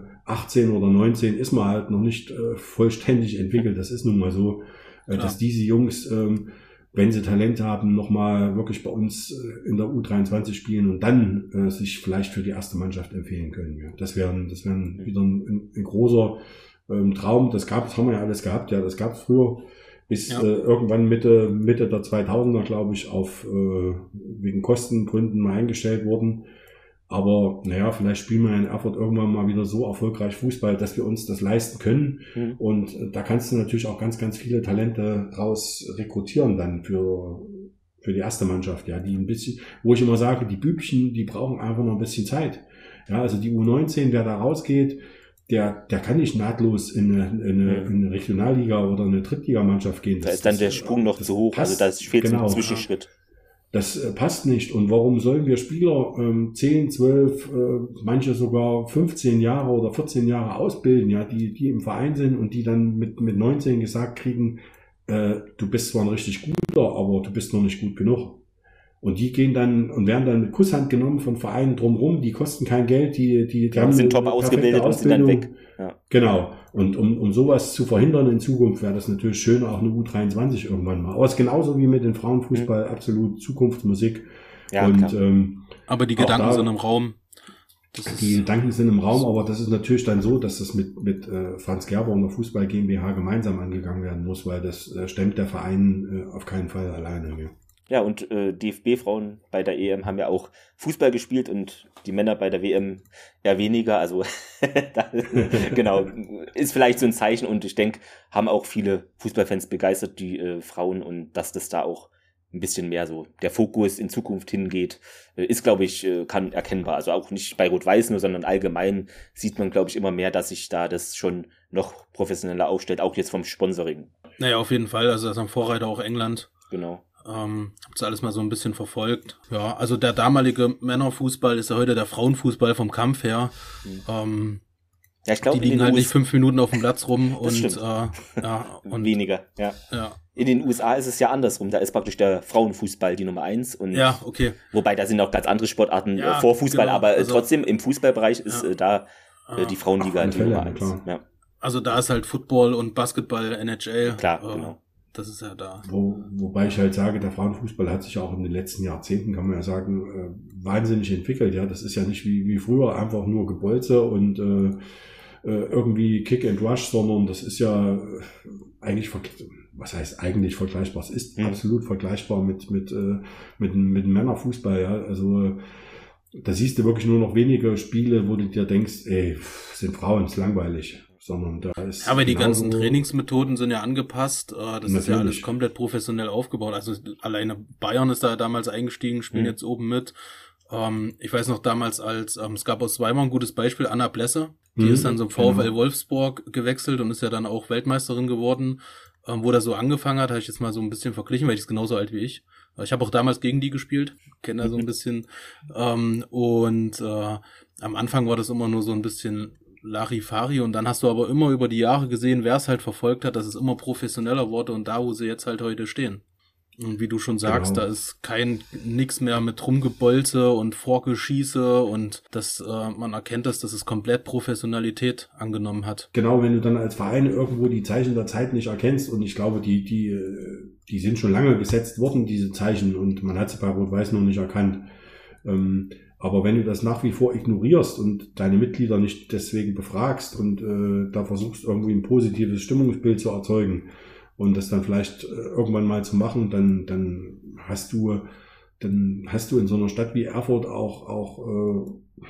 18 oder 19 ist man halt noch nicht vollständig entwickelt. Das ist nun mal so, dass diese Jungs, wenn sie Talent haben, nochmal wirklich bei uns in der U23 spielen und dann sich vielleicht für die erste Mannschaft empfehlen können. Ja. Das wäre wieder ein großer Traum. Das haben wir ja alles gehabt. Ja, das gab es früher bis irgendwann Mitte der 2000er, glaube ich, wegen Kostengründen mal eingestellt worden. Aber naja, vielleicht spielen wir in Erfurt irgendwann mal wieder so erfolgreich Fußball, dass wir uns das leisten können. Und da kannst du natürlich auch ganz, ganz viele Talente raus rekrutieren dann für die erste Mannschaft. Ja, die ein bisschen, wo ich immer sage, die Bübchen, die brauchen einfach noch ein bisschen Zeit. Ja, also die U19, wer da rausgeht, der kann nicht nahtlos in eine Regionalliga oder eine Drittligamannschaft gehen. Da ist dann der Sprung noch zu hoch, passt, also da fehlt so ein Zwischenschritt. Ja. Das passt nicht. Und warum sollen wir Spieler 10, 12, manche sogar 15 Jahre oder 14 Jahre ausbilden, ja, die im Verein sind und die dann mit 19 gesagt kriegen, du bist zwar ein richtig guter, aber du bist noch nicht gut genug. Und die gehen dann und werden dann mit Kusshand genommen von Vereinen drumherum, die kosten kein Geld, die haben sind top ausgebildet und sind dann weg. Ja. Genau. Und um sowas zu verhindern in Zukunft, wäre das natürlich schön, auch eine U23 irgendwann mal. Aber es ist genauso wie mit dem Frauenfußball, absolut Zukunftsmusik. Ja, und, aber die Gedanken sind im Raum. Die Gedanken sind im Raum, aber das ist natürlich dann so, dass das mit Franz Gerber und der Fußball GmbH gemeinsam angegangen werden muss, weil das stemmt der Verein auf keinen Fall alleine mehr. Ja, und DFB-Frauen bei der EM haben ja auch Fußball gespielt und die Männer bei der WM eher weniger. Also genau, ist vielleicht so ein Zeichen und ich denke, haben auch viele Fußballfans begeistert, die Frauen, und dass das da auch ein bisschen mehr so der Fokus in Zukunft hingeht, ist, glaube ich, kann erkennbar. Also auch nicht bei Rot-Weiß nur, sondern allgemein sieht man, glaube ich, immer mehr, dass sich da das schon noch professioneller aufstellt, auch jetzt vom Sponsoring. Naja, auf jeden Fall. Also das ist ein Vorreiter auch England. Genau. Hab's alles mal so ein bisschen verfolgt. Ja, also der damalige Männerfußball ist ja heute der Frauenfußball vom Kampf her. Ja, ich glaube, die liegen halt nicht 5 Minuten auf dem Platz rum und weniger, ja. In den USA ist es ja andersrum, da ist praktisch der Frauenfußball die Nummer 1 und ja, okay. Wobei da sind auch ganz andere Sportarten vor Fußball, genau, aber also, trotzdem im Fußballbereich ist da die Frauenliga die Nummer 1. Ja. Also da ist halt Football und Basketball, NHL. Klar, genau. Das ist ja da. Wobei ich halt sage, der Frauenfußball hat sich auch in den letzten Jahrzehnten, kann man ja sagen, wahnsinnig entwickelt. Ja, das ist ja nicht wie früher einfach nur Gebolze und irgendwie Kick and Rush, sondern das ist ja eigentlich, was heißt eigentlich vergleichbar? Es ist absolut vergleichbar mit dem Männerfußball. Ja, also da siehst du wirklich nur noch wenige Spiele, wo du dir denkst, ey, sind Frauen, ist langweilig. Sondern da ist aber die ganzen Trainingsmethoden sind ja angepasst. Das natürlich. Ist ja alles komplett professionell aufgebaut. Also alleine Bayern ist da damals eingestiegen, spielen jetzt oben mit. Ich weiß noch damals, als es gab aus Weimar ein gutes Beispiel, Anna Blesse. Die ist dann zum VfL Wolfsburg gewechselt und ist ja dann auch Weltmeisterin geworden. Wo das so angefangen hat, habe ich jetzt mal so ein bisschen verglichen, weil die ist genauso alt wie ich. Ich habe auch damals gegen die gespielt, kenne da so ein bisschen. Am Anfang war das immer nur so ein bisschen Larifari und dann hast du aber immer über die Jahre gesehen, wer es halt verfolgt hat, dass es immer professioneller wurde und da, wo sie jetzt halt heute stehen. Und wie du schon sagst, da ist nix mehr mit Rumgebolze und Vorgeschieße und man erkennt, dass es komplett Professionalität angenommen hat. Genau, wenn du dann als Verein irgendwo die Zeichen der Zeit nicht erkennst und ich glaube, die sind schon lange gesetzt worden, diese Zeichen, und man hat sie bei Rot-Weiß noch nicht erkannt. Aber wenn du das nach wie vor ignorierst und deine Mitglieder nicht deswegen befragst und da versuchst, irgendwie ein positives Stimmungsbild zu erzeugen und das dann vielleicht irgendwann mal zu machen, dann hast du in so einer Stadt wie Erfurt auch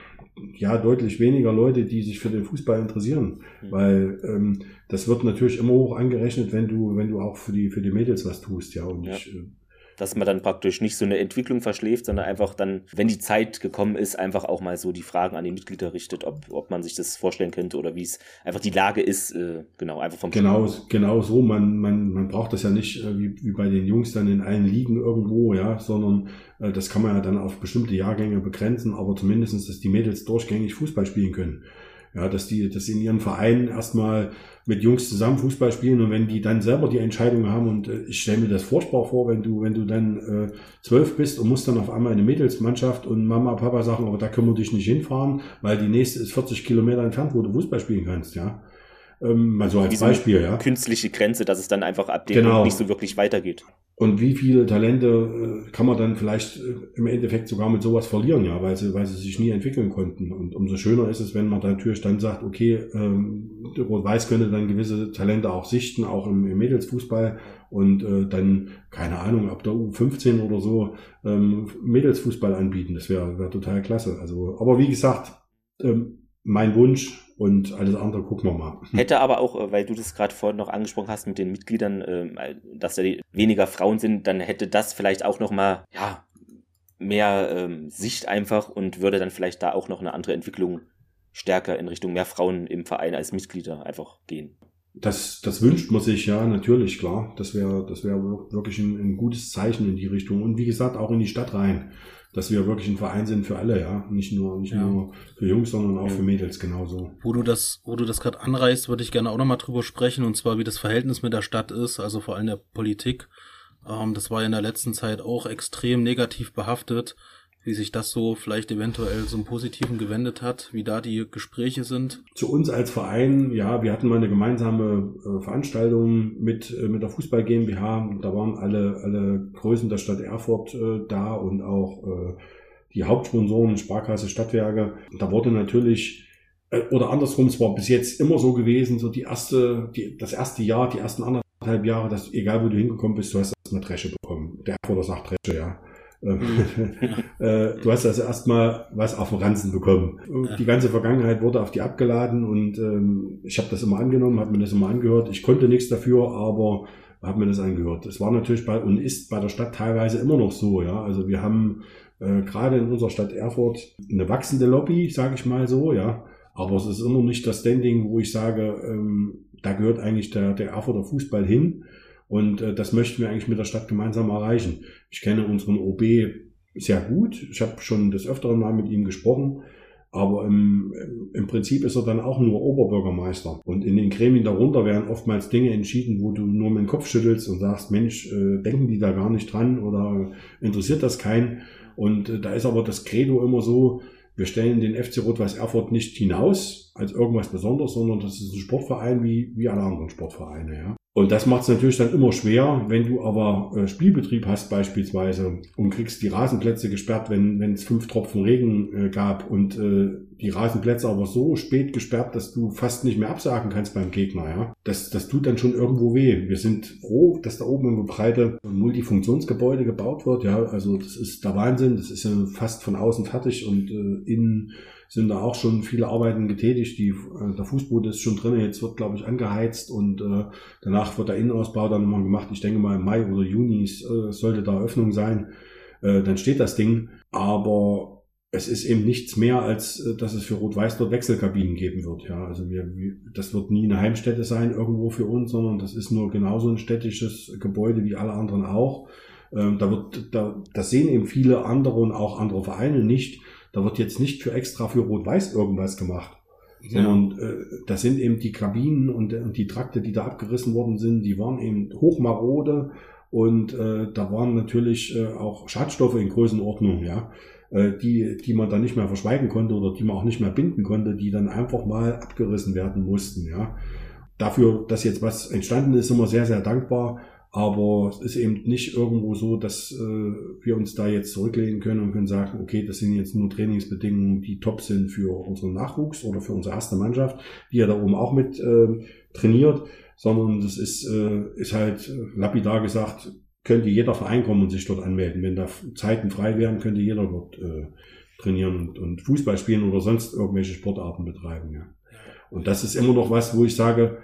deutlich weniger Leute, die sich für den Fußball interessieren. Weil das wird natürlich immer hoch angerechnet, wenn du auch für die Mädels was tust, ja. Und dass man dann praktisch nicht so eine Entwicklung verschläft, sondern einfach dann, wenn die Zeit gekommen ist, einfach auch mal so die Fragen an die Mitglieder richtet, ob man sich das vorstellen könnte oder wie es einfach die Lage ist, einfach vom Genau so, man braucht das ja nicht wie bei den Jungs dann in allen Ligen irgendwo, ja, sondern das kann man ja dann auf bestimmte Jahrgänge begrenzen, aber zumindestens, dass die Mädels durchgängig Fußball spielen können. Ja, dass die in ihren Vereinen erstmal mit Jungs zusammen Fußball spielen und wenn die dann selber die Entscheidung haben und ich stelle mir das furchtbar vor, wenn du dann 12 bist und musst dann auf einmal in eine Mädelsmannschaft und Mama, Papa sagen, aber da können wir dich nicht hinfahren, weil die nächste ist 40 Kilometer entfernt, wo du Fußball spielen kannst, ja. Mal so als Beispiel, ja. Künstliche Grenze, dass es dann einfach ab dem Punkt nicht so wirklich weitergeht. Und wie viele Talente kann man dann vielleicht im Endeffekt sogar mit sowas verlieren, ja, weil sie sich nie entwickeln konnten. Und umso schöner ist es, wenn man natürlich dann sagt, okay, Rot-Weiß könnte dann gewisse Talente auch sichten, auch im Mädelsfußball und dann, keine Ahnung, ab der U15 oder so Mädelsfußball anbieten. Das wäre total klasse. Also, aber wie gesagt, mein Wunsch. Und alles andere gucken wir mal. Hätte aber auch, weil du das gerade vorhin noch angesprochen hast mit den Mitgliedern, dass da weniger Frauen sind, dann hätte das vielleicht auch nochmal mehr Sicht einfach und würde dann vielleicht da auch noch eine andere Entwicklung stärker in Richtung mehr Frauen im Verein als Mitglieder einfach gehen. Das wünscht man sich, ja, natürlich, klar. Das wäre wirklich ein gutes Zeichen in die Richtung. Und wie gesagt, auch in die Stadt rein, dass wir wirklich ein Verein sind für alle, ja. Nicht nur für Jungs, sondern auch für Mädels genauso. Wo du das gerade anreißt, würde ich gerne auch nochmal drüber sprechen, und zwar, wie das Verhältnis mit der Stadt ist, also vor allem der Politik. Das war ja in der letzten Zeit auch extrem negativ behaftet, wie sich das so vielleicht eventuell zum Positiven gewendet hat, wie da die Gespräche sind. Zu uns als Verein, ja, wir hatten mal eine gemeinsame Veranstaltung mit der Fußball GmbH. Da waren alle Größen der Stadt Erfurt da und auch die Hauptsponsoren, Sparkasse, Stadtwerke. Da wurde natürlich, oder andersrum, es war bis jetzt immer so gewesen, so das erste Jahr, die ersten 1,5 Jahre, dass egal wo du hingekommen bist, du hast erstmal Dresche bekommen. Der Erfurter sagt Dresche, ja. Du hast also erstmal was auf den Ranzen bekommen. Die ganze Vergangenheit wurde auf die abgeladen und ich habe das immer angenommen, habe mir das immer angehört. Ich konnte nichts dafür, aber habe mir das angehört. Es war natürlich ist bei der Stadt teilweise immer noch so, ja. Also wir haben gerade in unserer Stadt Erfurt eine wachsende Lobby, sage ich mal so, ja. Aber es ist immer nicht das Standing, wo ich sage, da gehört eigentlich der Erfurter Fußball hin. Und das möchten wir eigentlich mit der Stadt gemeinsam erreichen. Ich kenne unseren OB sehr gut. Ich habe schon des Öfteren mal mit ihm gesprochen. Aber im Prinzip ist er dann auch nur Oberbürgermeister. Und in den Gremien darunter werden oftmals Dinge entschieden, wo du nur mit dem Kopf schüttelst und sagst, Mensch, denken die da gar nicht dran oder interessiert das keinen? Und da ist aber das Credo immer so, wir stellen den FC Rot-Weiß Erfurt nicht hinaus als irgendwas Besonderes, sondern das ist ein Sportverein wie alle anderen Sportvereine, ja. Und das macht es natürlich dann immer schwer, wenn du aber Spielbetrieb hast beispielsweise und kriegst die Rasenplätze gesperrt, wenn es 5 Tropfen Regen gab und die Rasenplätze aber so spät gesperrt, dass du fast nicht mehr absagen kannst beim Gegner. Ja, das tut dann schon irgendwo weh. Wir sind froh, dass da oben im Breite ein Multifunktionsgebäude gebaut wird. Ja, also das ist der Wahnsinn. Das ist ja fast von außen fertig und innen sind da auch schon viele Arbeiten getätigt. Der Fußboden ist schon drin, jetzt wird, glaube ich, angeheizt und danach wird der Innenausbau dann nochmal gemacht. Ich denke mal im Mai oder Juni sollte da Eröffnung sein. Dann steht das Ding. Aber es ist eben nichts mehr, als dass es für Rot-Weiß dort Wechselkabinen geben wird. Ja, also das wird nie eine Heimstätte sein irgendwo für uns, sondern das ist nur genauso ein städtisches Gebäude wie alle anderen auch. Das sehen eben viele andere und auch andere Vereine nicht. Da wird jetzt nicht extra für Rot-Weiß irgendwas gemacht, sondern das sind eben die Kabinen und die Trakte, die da abgerissen worden sind, die waren eben hochmarode und da waren natürlich auch Schadstoffe in Größenordnung, ja, die man dann nicht mehr verschweigen konnte oder die man auch nicht mehr binden konnte, die dann einfach mal abgerissen werden mussten, ja. Dafür, dass jetzt was entstanden ist, sind wir sehr, sehr dankbar. Aber es ist eben nicht irgendwo so, dass wir uns da jetzt zurücklehnen können und können sagen, okay, das sind jetzt nur Trainingsbedingungen, die top sind für unseren Nachwuchs oder für unsere erste Mannschaft, die ja da oben auch mit trainiert, sondern das ist halt lapidar gesagt, könnte jeder Verein kommen und sich dort anmelden. Wenn da Zeiten frei wären, könnte jeder dort trainieren und Fußball spielen oder sonst irgendwelche Sportarten betreiben. Ja. Und das ist immer noch was, wo ich sage,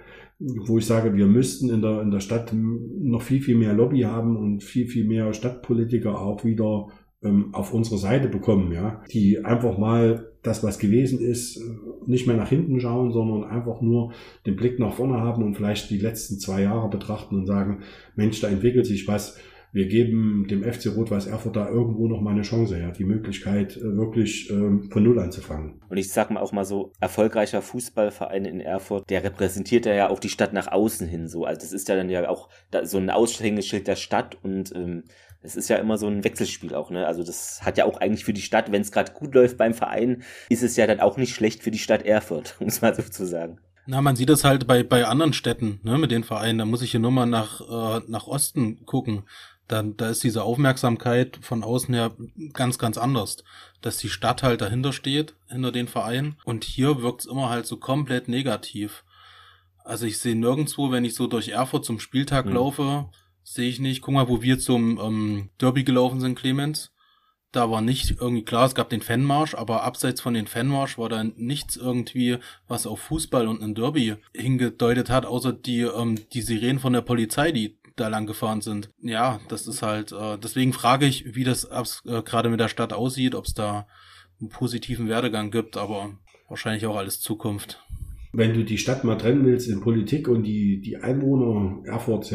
wir müssten in der Stadt noch viel, viel mehr Lobby haben und viel, viel mehr Stadtpolitiker auch wieder auf unsere Seite bekommen, ja, die einfach mal das, was gewesen ist, nicht mehr nach hinten schauen, sondern einfach nur den Blick nach vorne haben und vielleicht die letzten 2 Jahre betrachten und sagen, Mensch, da entwickelt sich was. Wir geben dem FC Rot-Weiß Erfurt da irgendwo noch mal eine Chance, ja, die Möglichkeit, wirklich von Null anzufangen. Und ich sag mal auch mal so, erfolgreicher Fußballverein in Erfurt, der repräsentiert ja auch die Stadt nach außen hin so. Also das ist ja dann ja auch so ein Aushängeschild der Stadt und es ist ja immer so ein Wechselspiel auch, ne? Also das hat ja auch eigentlich für die Stadt, wenn es gerade gut läuft beim Verein, ist es ja dann auch nicht schlecht für die Stadt Erfurt, um es mal so zu sagen. Na, man sieht das halt bei anderen Städten, ne, mit den Vereinen. Da muss ich hier nur mal nach Osten gucken. Da ist diese Aufmerksamkeit von außen her ganz, ganz anders. Dass die Stadt halt dahinter steht, hinter den Vereinen. Und hier wirkt's immer halt so komplett negativ. Also ich sehe nirgendwo, wenn ich so durch Erfurt zum Spieltag laufe, sehe ich nicht. Guck mal, wo wir zum Derby gelaufen sind, Clemens. Da war nicht irgendwie, klar, es gab den Fanmarsch, aber abseits von den Fanmarsch war da nichts irgendwie, was auf Fußball und ein Derby hingedeutet hat, außer die Sirenen von der Polizei, die da lang gefahren sind. Ja, das ist halt, deswegen frage ich, wie das gerade mit der Stadt aussieht, ob es da einen positiven Werdegang gibt, aber wahrscheinlich auch alles Zukunft. Wenn du die Stadt mal trennen willst in Politik und die Einwohner Erfurts,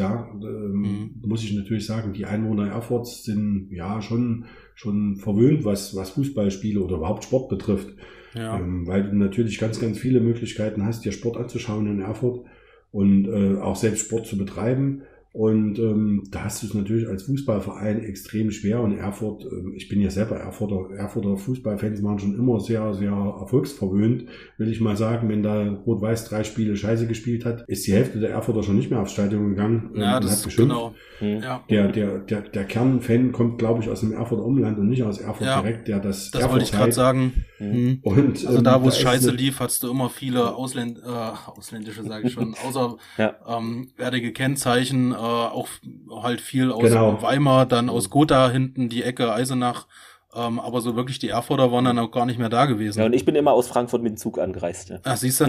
muss ich natürlich sagen, die Einwohner Erfurts sind ja schon verwöhnt, was Fußballspiele oder überhaupt Sport betrifft. Ja. Weil du natürlich ganz, ganz viele Möglichkeiten hast, dir Sport anzuschauen in Erfurt und auch selbst Sport zu betreiben. Und da hast du es natürlich als Fußballverein extrem schwer. Und Erfurt, ich bin ja selber Erfurter Fußballfans waren schon immer sehr, sehr erfolgsverwöhnt, will ich mal sagen. Wenn da Rot-Weiß 3 Spiele Scheiße gespielt hat, ist die Hälfte der Erfurter schon nicht mehr aufs Stadion gegangen Ja, und das hat geschimpft. genau. Ja. Der Kernfan kommt, glaube ich, aus dem Erfurter Umland und nicht aus Erfurt direkt, der das Erfurt wollte ich gerade sagen. Und, also da, wo es scheiße lief, hattest du immer viele ausländische, sage ich schon, außerwertige Kennzeichen, auch halt viel aus Weimar, dann aus Gotha hinten, die Ecke Eisenach, aber so wirklich die Erfurter waren dann auch gar nicht mehr da gewesen. Ja, und ich bin immer aus Frankfurt mit dem Zug angereist. Ja. Ach, siehst du?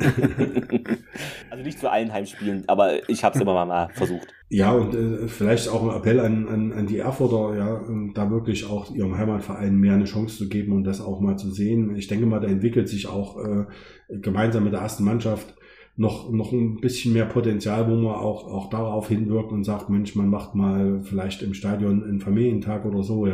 Also nicht zu allen Heimspielen, aber ich habe es immer mal versucht. Ja, und vielleicht auch ein Appell an die Erfurter, da wirklich auch ihrem Heimatverein mehr eine Chance zu geben und das auch mal zu sehen. Ich denke mal, da entwickelt sich auch gemeinsam mit der ersten Mannschaft noch ein bisschen mehr Potenzial, wo man auch darauf hinwirkt und sagt, Mensch, man macht mal vielleicht im Stadion einen Familientag oder so,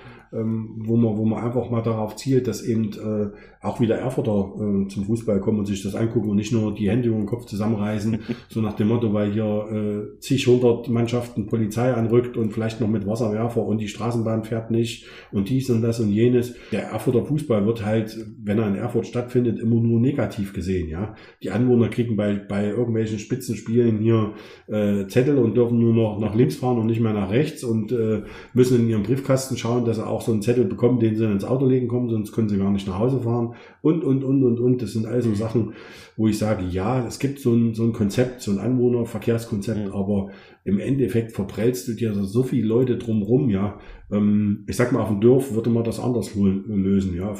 wo man einfach mal darauf zielt, dass eben auch wieder Erfurter zum Fußball kommen und sich das angucken und nicht nur die Hände über den Kopf zusammenreißen, so nach dem Motto, weil hier zig 100 Mannschaften Polizei anrückt und vielleicht noch mit Wasserwerfer und die Straßenbahn fährt nicht und dies und das und jenes. Der Erfurter Fußball wird halt, wenn er in Erfurt stattfindet, immer nur negativ gesehen, ja. Die Anwohner kriegen bei irgendwelchen Spitzenspielen hier Zettel und dürfen nur noch nach links fahren und nicht mehr nach rechts und müssen in ihrem Briefkasten schauen, dass sie auch so einen Zettel bekommen, den sie ins Auto legen kommen, sonst können sie gar nicht nach Hause fahren und. Das sind alles so Sachen, wo ich sage, ja, es gibt so ein Konzept, so ein Anwohnerverkehrskonzept, aber im Endeffekt verprellst du dir so viele Leute drumrum, ja. Ich sag mal, auf dem Dorf würde man das anders lösen, ja.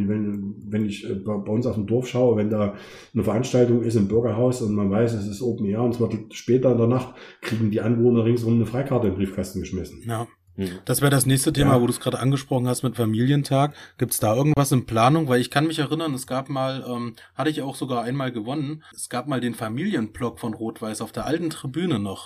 Wenn ich bei uns auf dem Dorf schaue, wenn da eine Veranstaltung ist im Bürgerhaus und man weiß, es ist Open Air und es wird später in der Nacht, kriegen die Anwohner ringsum eine Freikarte im Briefkasten geschmissen. Ja. Das wäre das nächste Thema, wo du es gerade angesprochen hast mit Familientag. Gibt's da irgendwas in Planung? Weil ich kann mich erinnern, es gab mal, hatte ich auch sogar einmal gewonnen, es gab mal den Familienblock von Rot-Weiß auf der alten Tribüne noch.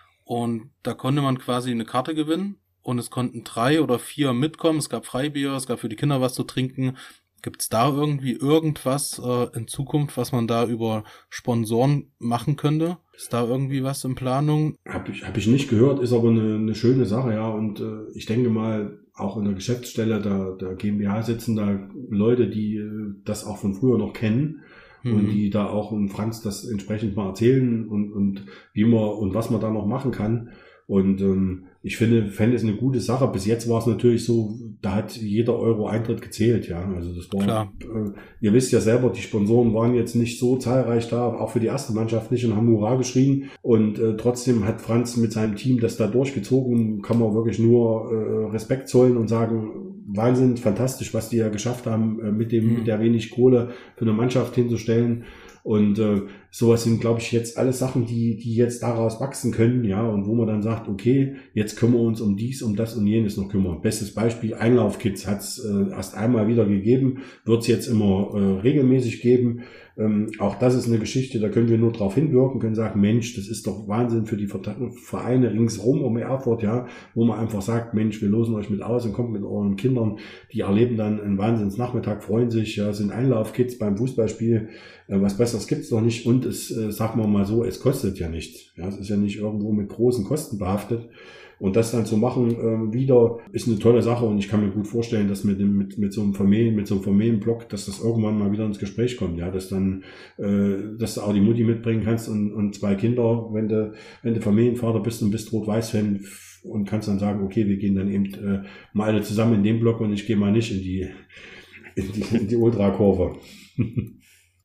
Und da konnte man quasi eine Karte gewinnen und es konnten 3 oder 4 mitkommen. Es gab Freibier, es gab für die Kinder was zu trinken. Gibt's da irgendwie irgendwas in Zukunft, was man da über Sponsoren machen könnte? Ist da irgendwie was in Planung? Hab ich nicht gehört, ist aber eine schöne Sache, ja. Und ich denke mal, auch in der Geschäftsstelle der GmbH sitzen da Leute, die das auch von früher noch kennen. Und die da auch Franz das entsprechend mal erzählen und wie man und was man da noch machen kann. Und ich fände es eine gute Sache. Bis jetzt war es natürlich so, da hat jeder Euro Eintritt gezählt, ja. Also das war, klar. Ihr wisst ja selber, die Sponsoren waren jetzt nicht so zahlreich da, auch für die erste Mannschaft nicht und haben Hurra geschrien. Und trotzdem hat Franz mit seinem Team das da durchgezogen. Kann man wirklich nur Respekt zollen und sagen, Wahnsinn, fantastisch, was die ja geschafft haben, mit der wenig Kohle für eine Mannschaft hinzustellen. Und sowas sind, glaube ich, jetzt alles Sachen, die jetzt daraus wachsen können, ja, und wo man dann sagt, okay, jetzt können wir uns um dies, um das und jenes noch kümmern. Bestes Beispiel, Einlaufkits hat es erst einmal wieder gegeben, wird es jetzt immer regelmäßig geben. Auch das ist eine Geschichte, da können wir nur drauf hinwirken, können sagen, Mensch, das ist doch Wahnsinn für die Vereine ringsrum um Erfurt, ja, wo man einfach sagt, Mensch, wir losen euch mit aus und kommt mit euren Kindern, die erleben dann einen Wahnsinnsnachmittag, freuen sich, ja, sind Einlaufkits beim Fußballspiel, was Besseres gibt's doch nicht und es, sagen wir mal so, es kostet ja nichts, ja, es ist ja nicht irgendwo mit großen Kosten behaftet. Und das dann zu machen wieder ist eine tolle Sache und ich kann mir gut vorstellen, dass mit so einem Familienblock, dass das irgendwann mal wieder ins Gespräch kommt, ja, dass dann, dass du auch die Mutti mitbringen kannst und 2 Kinder, wenn du Familienvater bist und bist Rot-Weiß-Fan und kannst dann sagen, okay, wir gehen dann eben mal alle zusammen in den Block und ich gehe mal nicht in die Ultrakurve.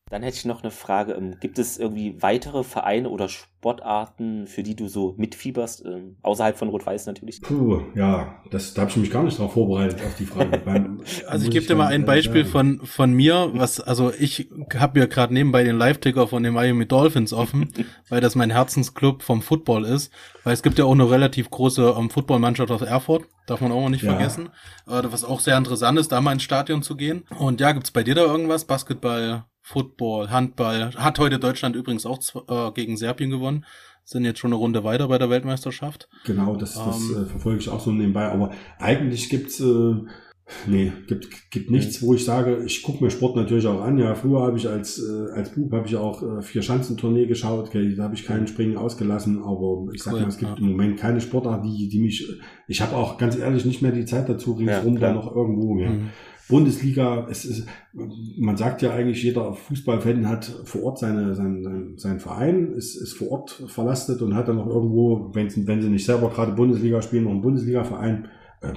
Dann hätte ich noch eine Frage. Gibt es irgendwie weitere Vereine oder Sportarten, für die du so mitfieberst, außerhalb von Rot-Weiß natürlich? Puh, ja, da habe ich mich gar nicht drauf vorbereitet, auf die Frage. Also ich gebe dir mal ein Beispiel von mir, ich habe ja gerade nebenbei den Live-Ticker von den Miami Dolphins offen, weil das mein Herzensclub vom Football ist, weil es gibt ja auch eine relativ große Footballmannschaft aus Erfurt, darf man auch nicht vergessen, was auch sehr interessant ist, da mal ins Stadion zu gehen. Und ja, gibt's bei dir da irgendwas? Basketball, Football, Handball, hat heute Deutschland übrigens auch gegen Serbien gewonnen, sind jetzt schon eine Runde weiter bei der Weltmeisterschaft. Genau, das verfolge ich auch so nebenbei, aber eigentlich gibt's gibt nichts, wo ich sage, ich gucke mir Sport natürlich auch an. Ja, früher habe ich als Bub habe ich auch 4-Schanzentournee geschaut, okay, da habe ich keinen Springen ausgelassen, aber ich sag mal, es gibt im Moment keine Sportart, die mich, ich habe auch ganz ehrlich nicht mehr die Zeit dazu, ringsrum da noch irgendwo, Bundesliga, man sagt ja eigentlich, jeder Fußballfan hat vor Ort seinen Verein, ist vor Ort verlastet und hat dann noch irgendwo, wenn sie nicht selber gerade Bundesliga spielen, noch einen Bundesliga-Verein.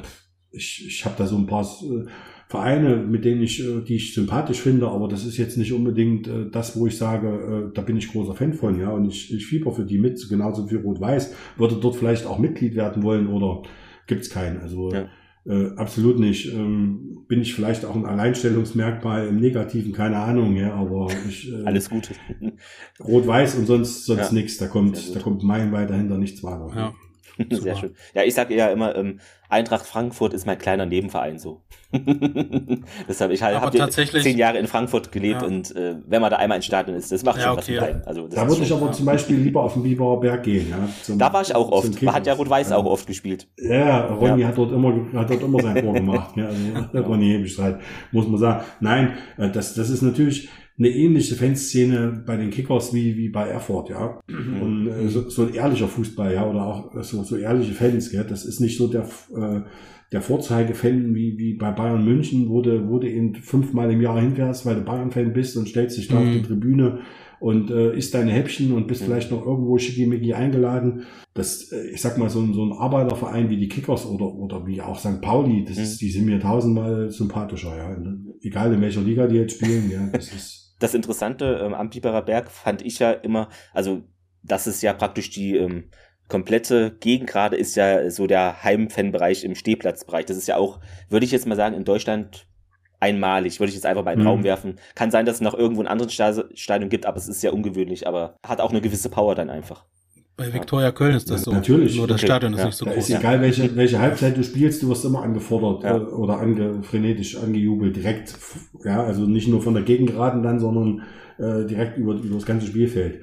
Ich habe da so ein paar Vereine, die ich sympathisch finde, aber das ist jetzt nicht unbedingt das, wo ich sage, da bin ich großer Fan von, ja, und ich fieber für die mit, genauso wie Rot-Weiß, würde dort vielleicht auch Mitglied werden wollen oder gibt's keinen, also absolut nicht. Bin ich vielleicht auch ein Alleinstellungsmerkmal im Negativen, keine Ahnung, ja, aber alles Gute. Rot-Weiß und sonst nichts, da kommt meilenweit dahinter nichts weiter. Ja. Sehr schön. Ja, ich sage ja immer, Eintracht Frankfurt ist mein kleiner Nebenverein so. Deshalb, ich habe 10 Jahre in Frankfurt gelebt und wenn man da einmal ins Stadion ist, das macht schon was mit einem. Also, da würde ich aber zum Beispiel lieber auf den Biberer Berg gehen. Ja, da war ich auch oft. Hat ja Rot-Weiß auch oft gespielt. Ja, Ronny hat dort immer sein Tor gemacht. Ja, also Ronny Hebestreit, muss man sagen. Nein, das ist natürlich eine ähnliche Fanszene bei den Kickers wie bei Erfurt, ja. Und so ein ehrlicher Fußball, ja, oder auch so ehrliche Fans, gell. Das ist nicht so der Vorzeigefan wie bei Bayern München, wo du eben 5-mal im Jahr hinfährst, weil du Bayern-Fan bist und stellst dich da auf die Tribüne und isst deine Häppchen und bist vielleicht noch irgendwo schickimicki eingeladen. Das, ich sag mal, so ein Arbeiterverein wie die Kickers oder wie auch St. Pauli, die sind mir 1000-mal sympathischer, ja. Egal in welcher Liga die jetzt spielen, ja, das ist. Das Interessante am Biberer Berg fand ich ja immer, also das ist ja praktisch die komplette Gegend gerade ist ja so der Heimfanbereich im Stehplatzbereich. Das ist ja auch, würde ich jetzt mal sagen, in Deutschland einmalig, würde ich jetzt einfach mal in den Raum werfen. Kann sein, dass es noch irgendwo ein anderes Stadion gibt, aber es ist sehr ungewöhnlich, aber hat auch eine gewisse Power dann einfach. Bei Viktoria Köln ist das so. Natürlich. Nur das Stadion ist nicht so groß. Ist egal, welche Halbzeit du spielst, du wirst immer angefordert oder frenetisch angejubelt, direkt. Ja, also nicht nur von der Gegengeraden dann, sondern direkt über das ganze Spielfeld.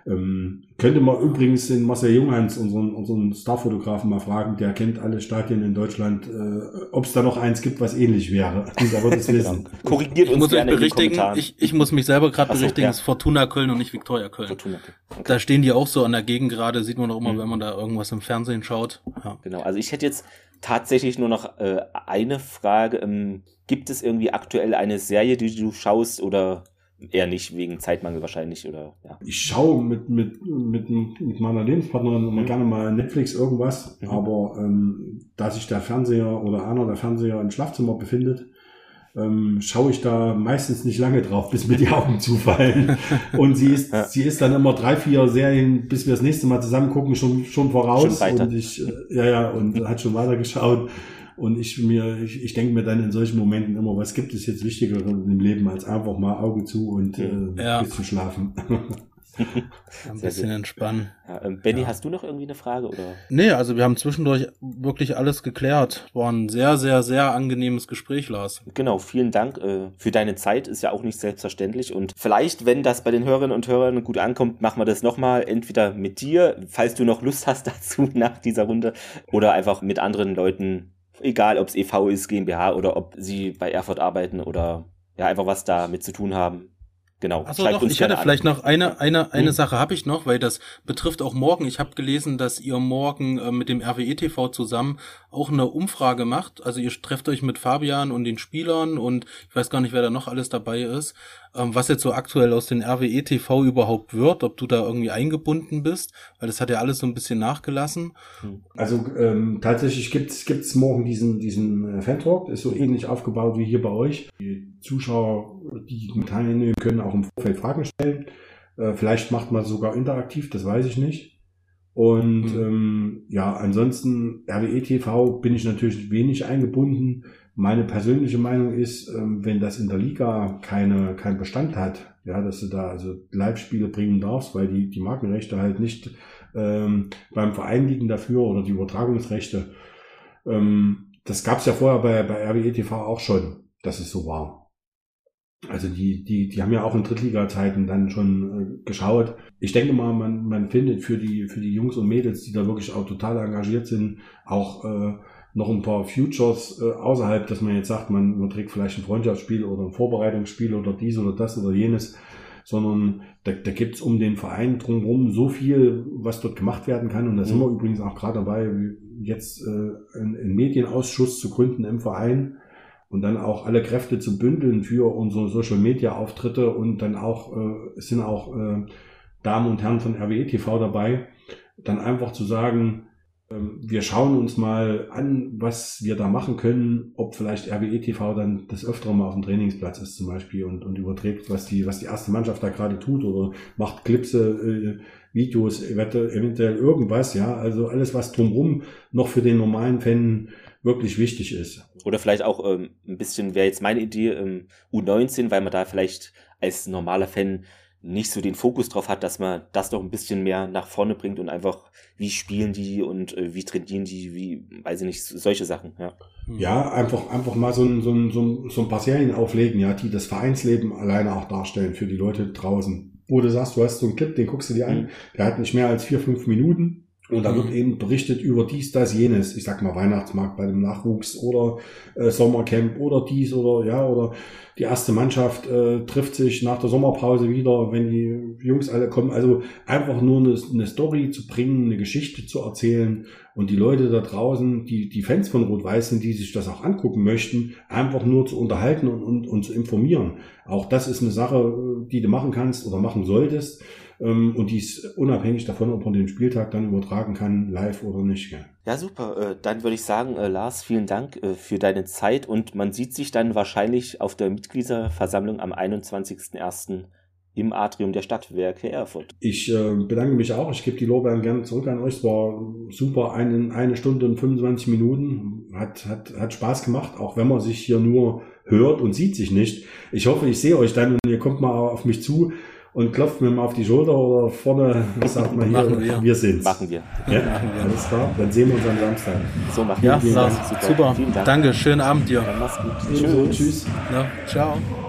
Könnte man übrigens den Marcel Junghans, unseren Starfotografen, mal fragen, der kennt alle Stadien in Deutschland, ob es da noch eins gibt, was ähnlich wäre. Der wird es wissen. Korrigiert uns gerne in den Kommentaren. Ich muss mich selber gerade berichtigen, es ist Fortuna Köln und nicht Viktoria Köln. Fortuna. Okay. Da stehen die auch so an der Gegend gerade, sieht man auch immer, wenn man da irgendwas im Fernsehen schaut. Ja. Genau, also ich hätte jetzt tatsächlich nur noch eine Frage. Gibt es irgendwie aktuell eine Serie, die du schaust oder eher nicht, wegen Zeitmangel wahrscheinlich, oder, ja. Ich schaue mit meiner Lebenspartnerin immer gerne mal Netflix irgendwas, aber da sich der Fernseher oder einer der Fernseher im Schlafzimmer befindet, schaue ich da meistens nicht lange drauf, bis mir die Augen zufallen. Und sie ist dann immer 3-4 Serien, bis wir das nächste Mal zusammen gucken, schon voraus. Schon und hat schon weitergeschaut. Und ich denke mir dann in solchen Momenten immer, was gibt es jetzt Wichtigeres im Leben, als einfach mal Augen zu und ein bisschen schlafen. Ein bisschen entspannen. Ja, Benni, hast du noch irgendwie eine Frage, oder? Nee, also wir haben zwischendurch wirklich alles geklärt. War ein sehr, sehr, sehr angenehmes Gespräch, Lars. Genau, vielen Dank für deine Zeit, ist ja auch nicht selbstverständlich. Und vielleicht, wenn das bei den Hörerinnen und Hörern gut ankommt, machen wir das nochmal, entweder mit dir, falls du noch Lust hast dazu nach dieser Runde, oder einfach mit anderen Leuten, egal ob es e.V. ist, GmbH, oder ob sie bei Erfurt arbeiten oder ja einfach was damit zu tun haben. Genau. Achso, doch, ich hätte vielleicht noch eine Sache habe ich noch, weil das betrifft auch morgen. Ich habe gelesen, dass ihr morgen mit dem RWE TV zusammen auch eine Umfrage macht. Also ihr trefft euch mit Fabian und den Spielern und ich weiß gar nicht, wer da noch alles dabei ist, was jetzt so aktuell aus den RWE TV überhaupt wird, ob du da irgendwie eingebunden bist, weil das hat ja alles so ein bisschen nachgelassen. Also tatsächlich gibt's morgen diesen Fan-Talk, ist so ähnlich aufgebaut wie hier bei euch. Die Zuschauer, die teilnehmen können, auch im Vorfeld Fragen stellen. Vielleicht macht man es sogar interaktiv, das weiß ich nicht. Und ansonsten RWE TV bin ich natürlich wenig eingebunden. Meine persönliche Meinung ist, wenn das in der Liga keinen Bestand hat, ja, dass du da also Live-Spiele bringen darfst, weil die Markenrechte halt nicht beim Verein liegen dafür oder die Übertragungsrechte. Das gab es ja vorher bei RWE TV auch schon, dass es so war. Also die haben ja auch in Drittliga-Zeiten dann schon geschaut. Ich denke mal, man findet für die Jungs und Mädels, die da wirklich auch total engagiert sind, auch noch ein paar Futures außerhalb, dass man jetzt sagt, man überträgt vielleicht ein Freundschaftsspiel oder ein Vorbereitungsspiel oder dies oder das oder jenes, sondern da gibt's um den Verein drumherum so viel, was dort gemacht werden kann. Und da sind wir übrigens auch gerade dabei, jetzt einen Medienausschuss zu gründen im Verein und dann auch alle Kräfte zu bündeln für unsere Social-Media-Auftritte. Und dann auch es sind auch Damen und Herren von RWE TV dabei, dann einfach zu sagen, wir schauen uns mal an, was wir da machen können, ob vielleicht RWE TV dann das öfter mal auf dem Trainingsplatz ist zum Beispiel und überträgt, was die erste Mannschaft da gerade tut oder macht Clipse, Videos, eventuell irgendwas, ja, also alles, was drumherum noch für den normalen Fan wirklich wichtig ist. Oder vielleicht auch ein bisschen, wäre jetzt meine Idee, U19, weil man da vielleicht als normaler Fan nicht so den Fokus drauf hat, dass man das noch ein bisschen mehr nach vorne bringt und einfach, wie spielen die und wie trainieren die, wie, weiß ich nicht, solche Sachen, ja. Ja, einfach mal so ein paar Serien auflegen, ja, die das Vereinsleben alleine auch darstellen für die Leute draußen. Wo du sagst, du hast so einen Clip, den guckst du dir an, der hat nicht mehr als 4-5 Minuten. Und da wird eben berichtet über dies, das, jenes. Ich sag mal Weihnachtsmarkt bei dem Nachwuchs oder Sommercamp oder dies oder die erste Mannschaft trifft sich nach der Sommerpause wieder, wenn die Jungs alle kommen. Also einfach nur eine Story zu bringen, eine Geschichte zu erzählen und die Leute da draußen, die Fans von Rot-Weiß sind, die sich das auch angucken möchten, einfach nur zu unterhalten und zu informieren. Auch das ist eine Sache, die du machen kannst oder machen solltest. Und die ist unabhängig davon, ob man den Spieltag dann übertragen kann, live oder nicht. Ja, ja super. Dann würde ich sagen, Lars, vielen Dank für deine Zeit und man sieht sich dann wahrscheinlich auf der Mitgliederversammlung am 21.01. im Atrium der Stadtwerke Erfurt. Ich bedanke mich auch. Ich gebe die Lorbeeren gerne zurück an euch. Es war super, eine Stunde und 25 Minuten. Hat Spaß gemacht, auch wenn man sich hier nur hört und sieht sich nicht. Ich hoffe, ich sehe euch dann und ihr kommt mal auf mich zu und klopft mir mal auf die Schulter oder vorne, sagt mal hier, wir sind's. Machen wir. Ja, alles klar. Dann sehen wir uns am Samstag. So machen wir. Ja, super. Danke, schönen Abend dir. Dann mach's gut. Tschüss. Ja, ciao.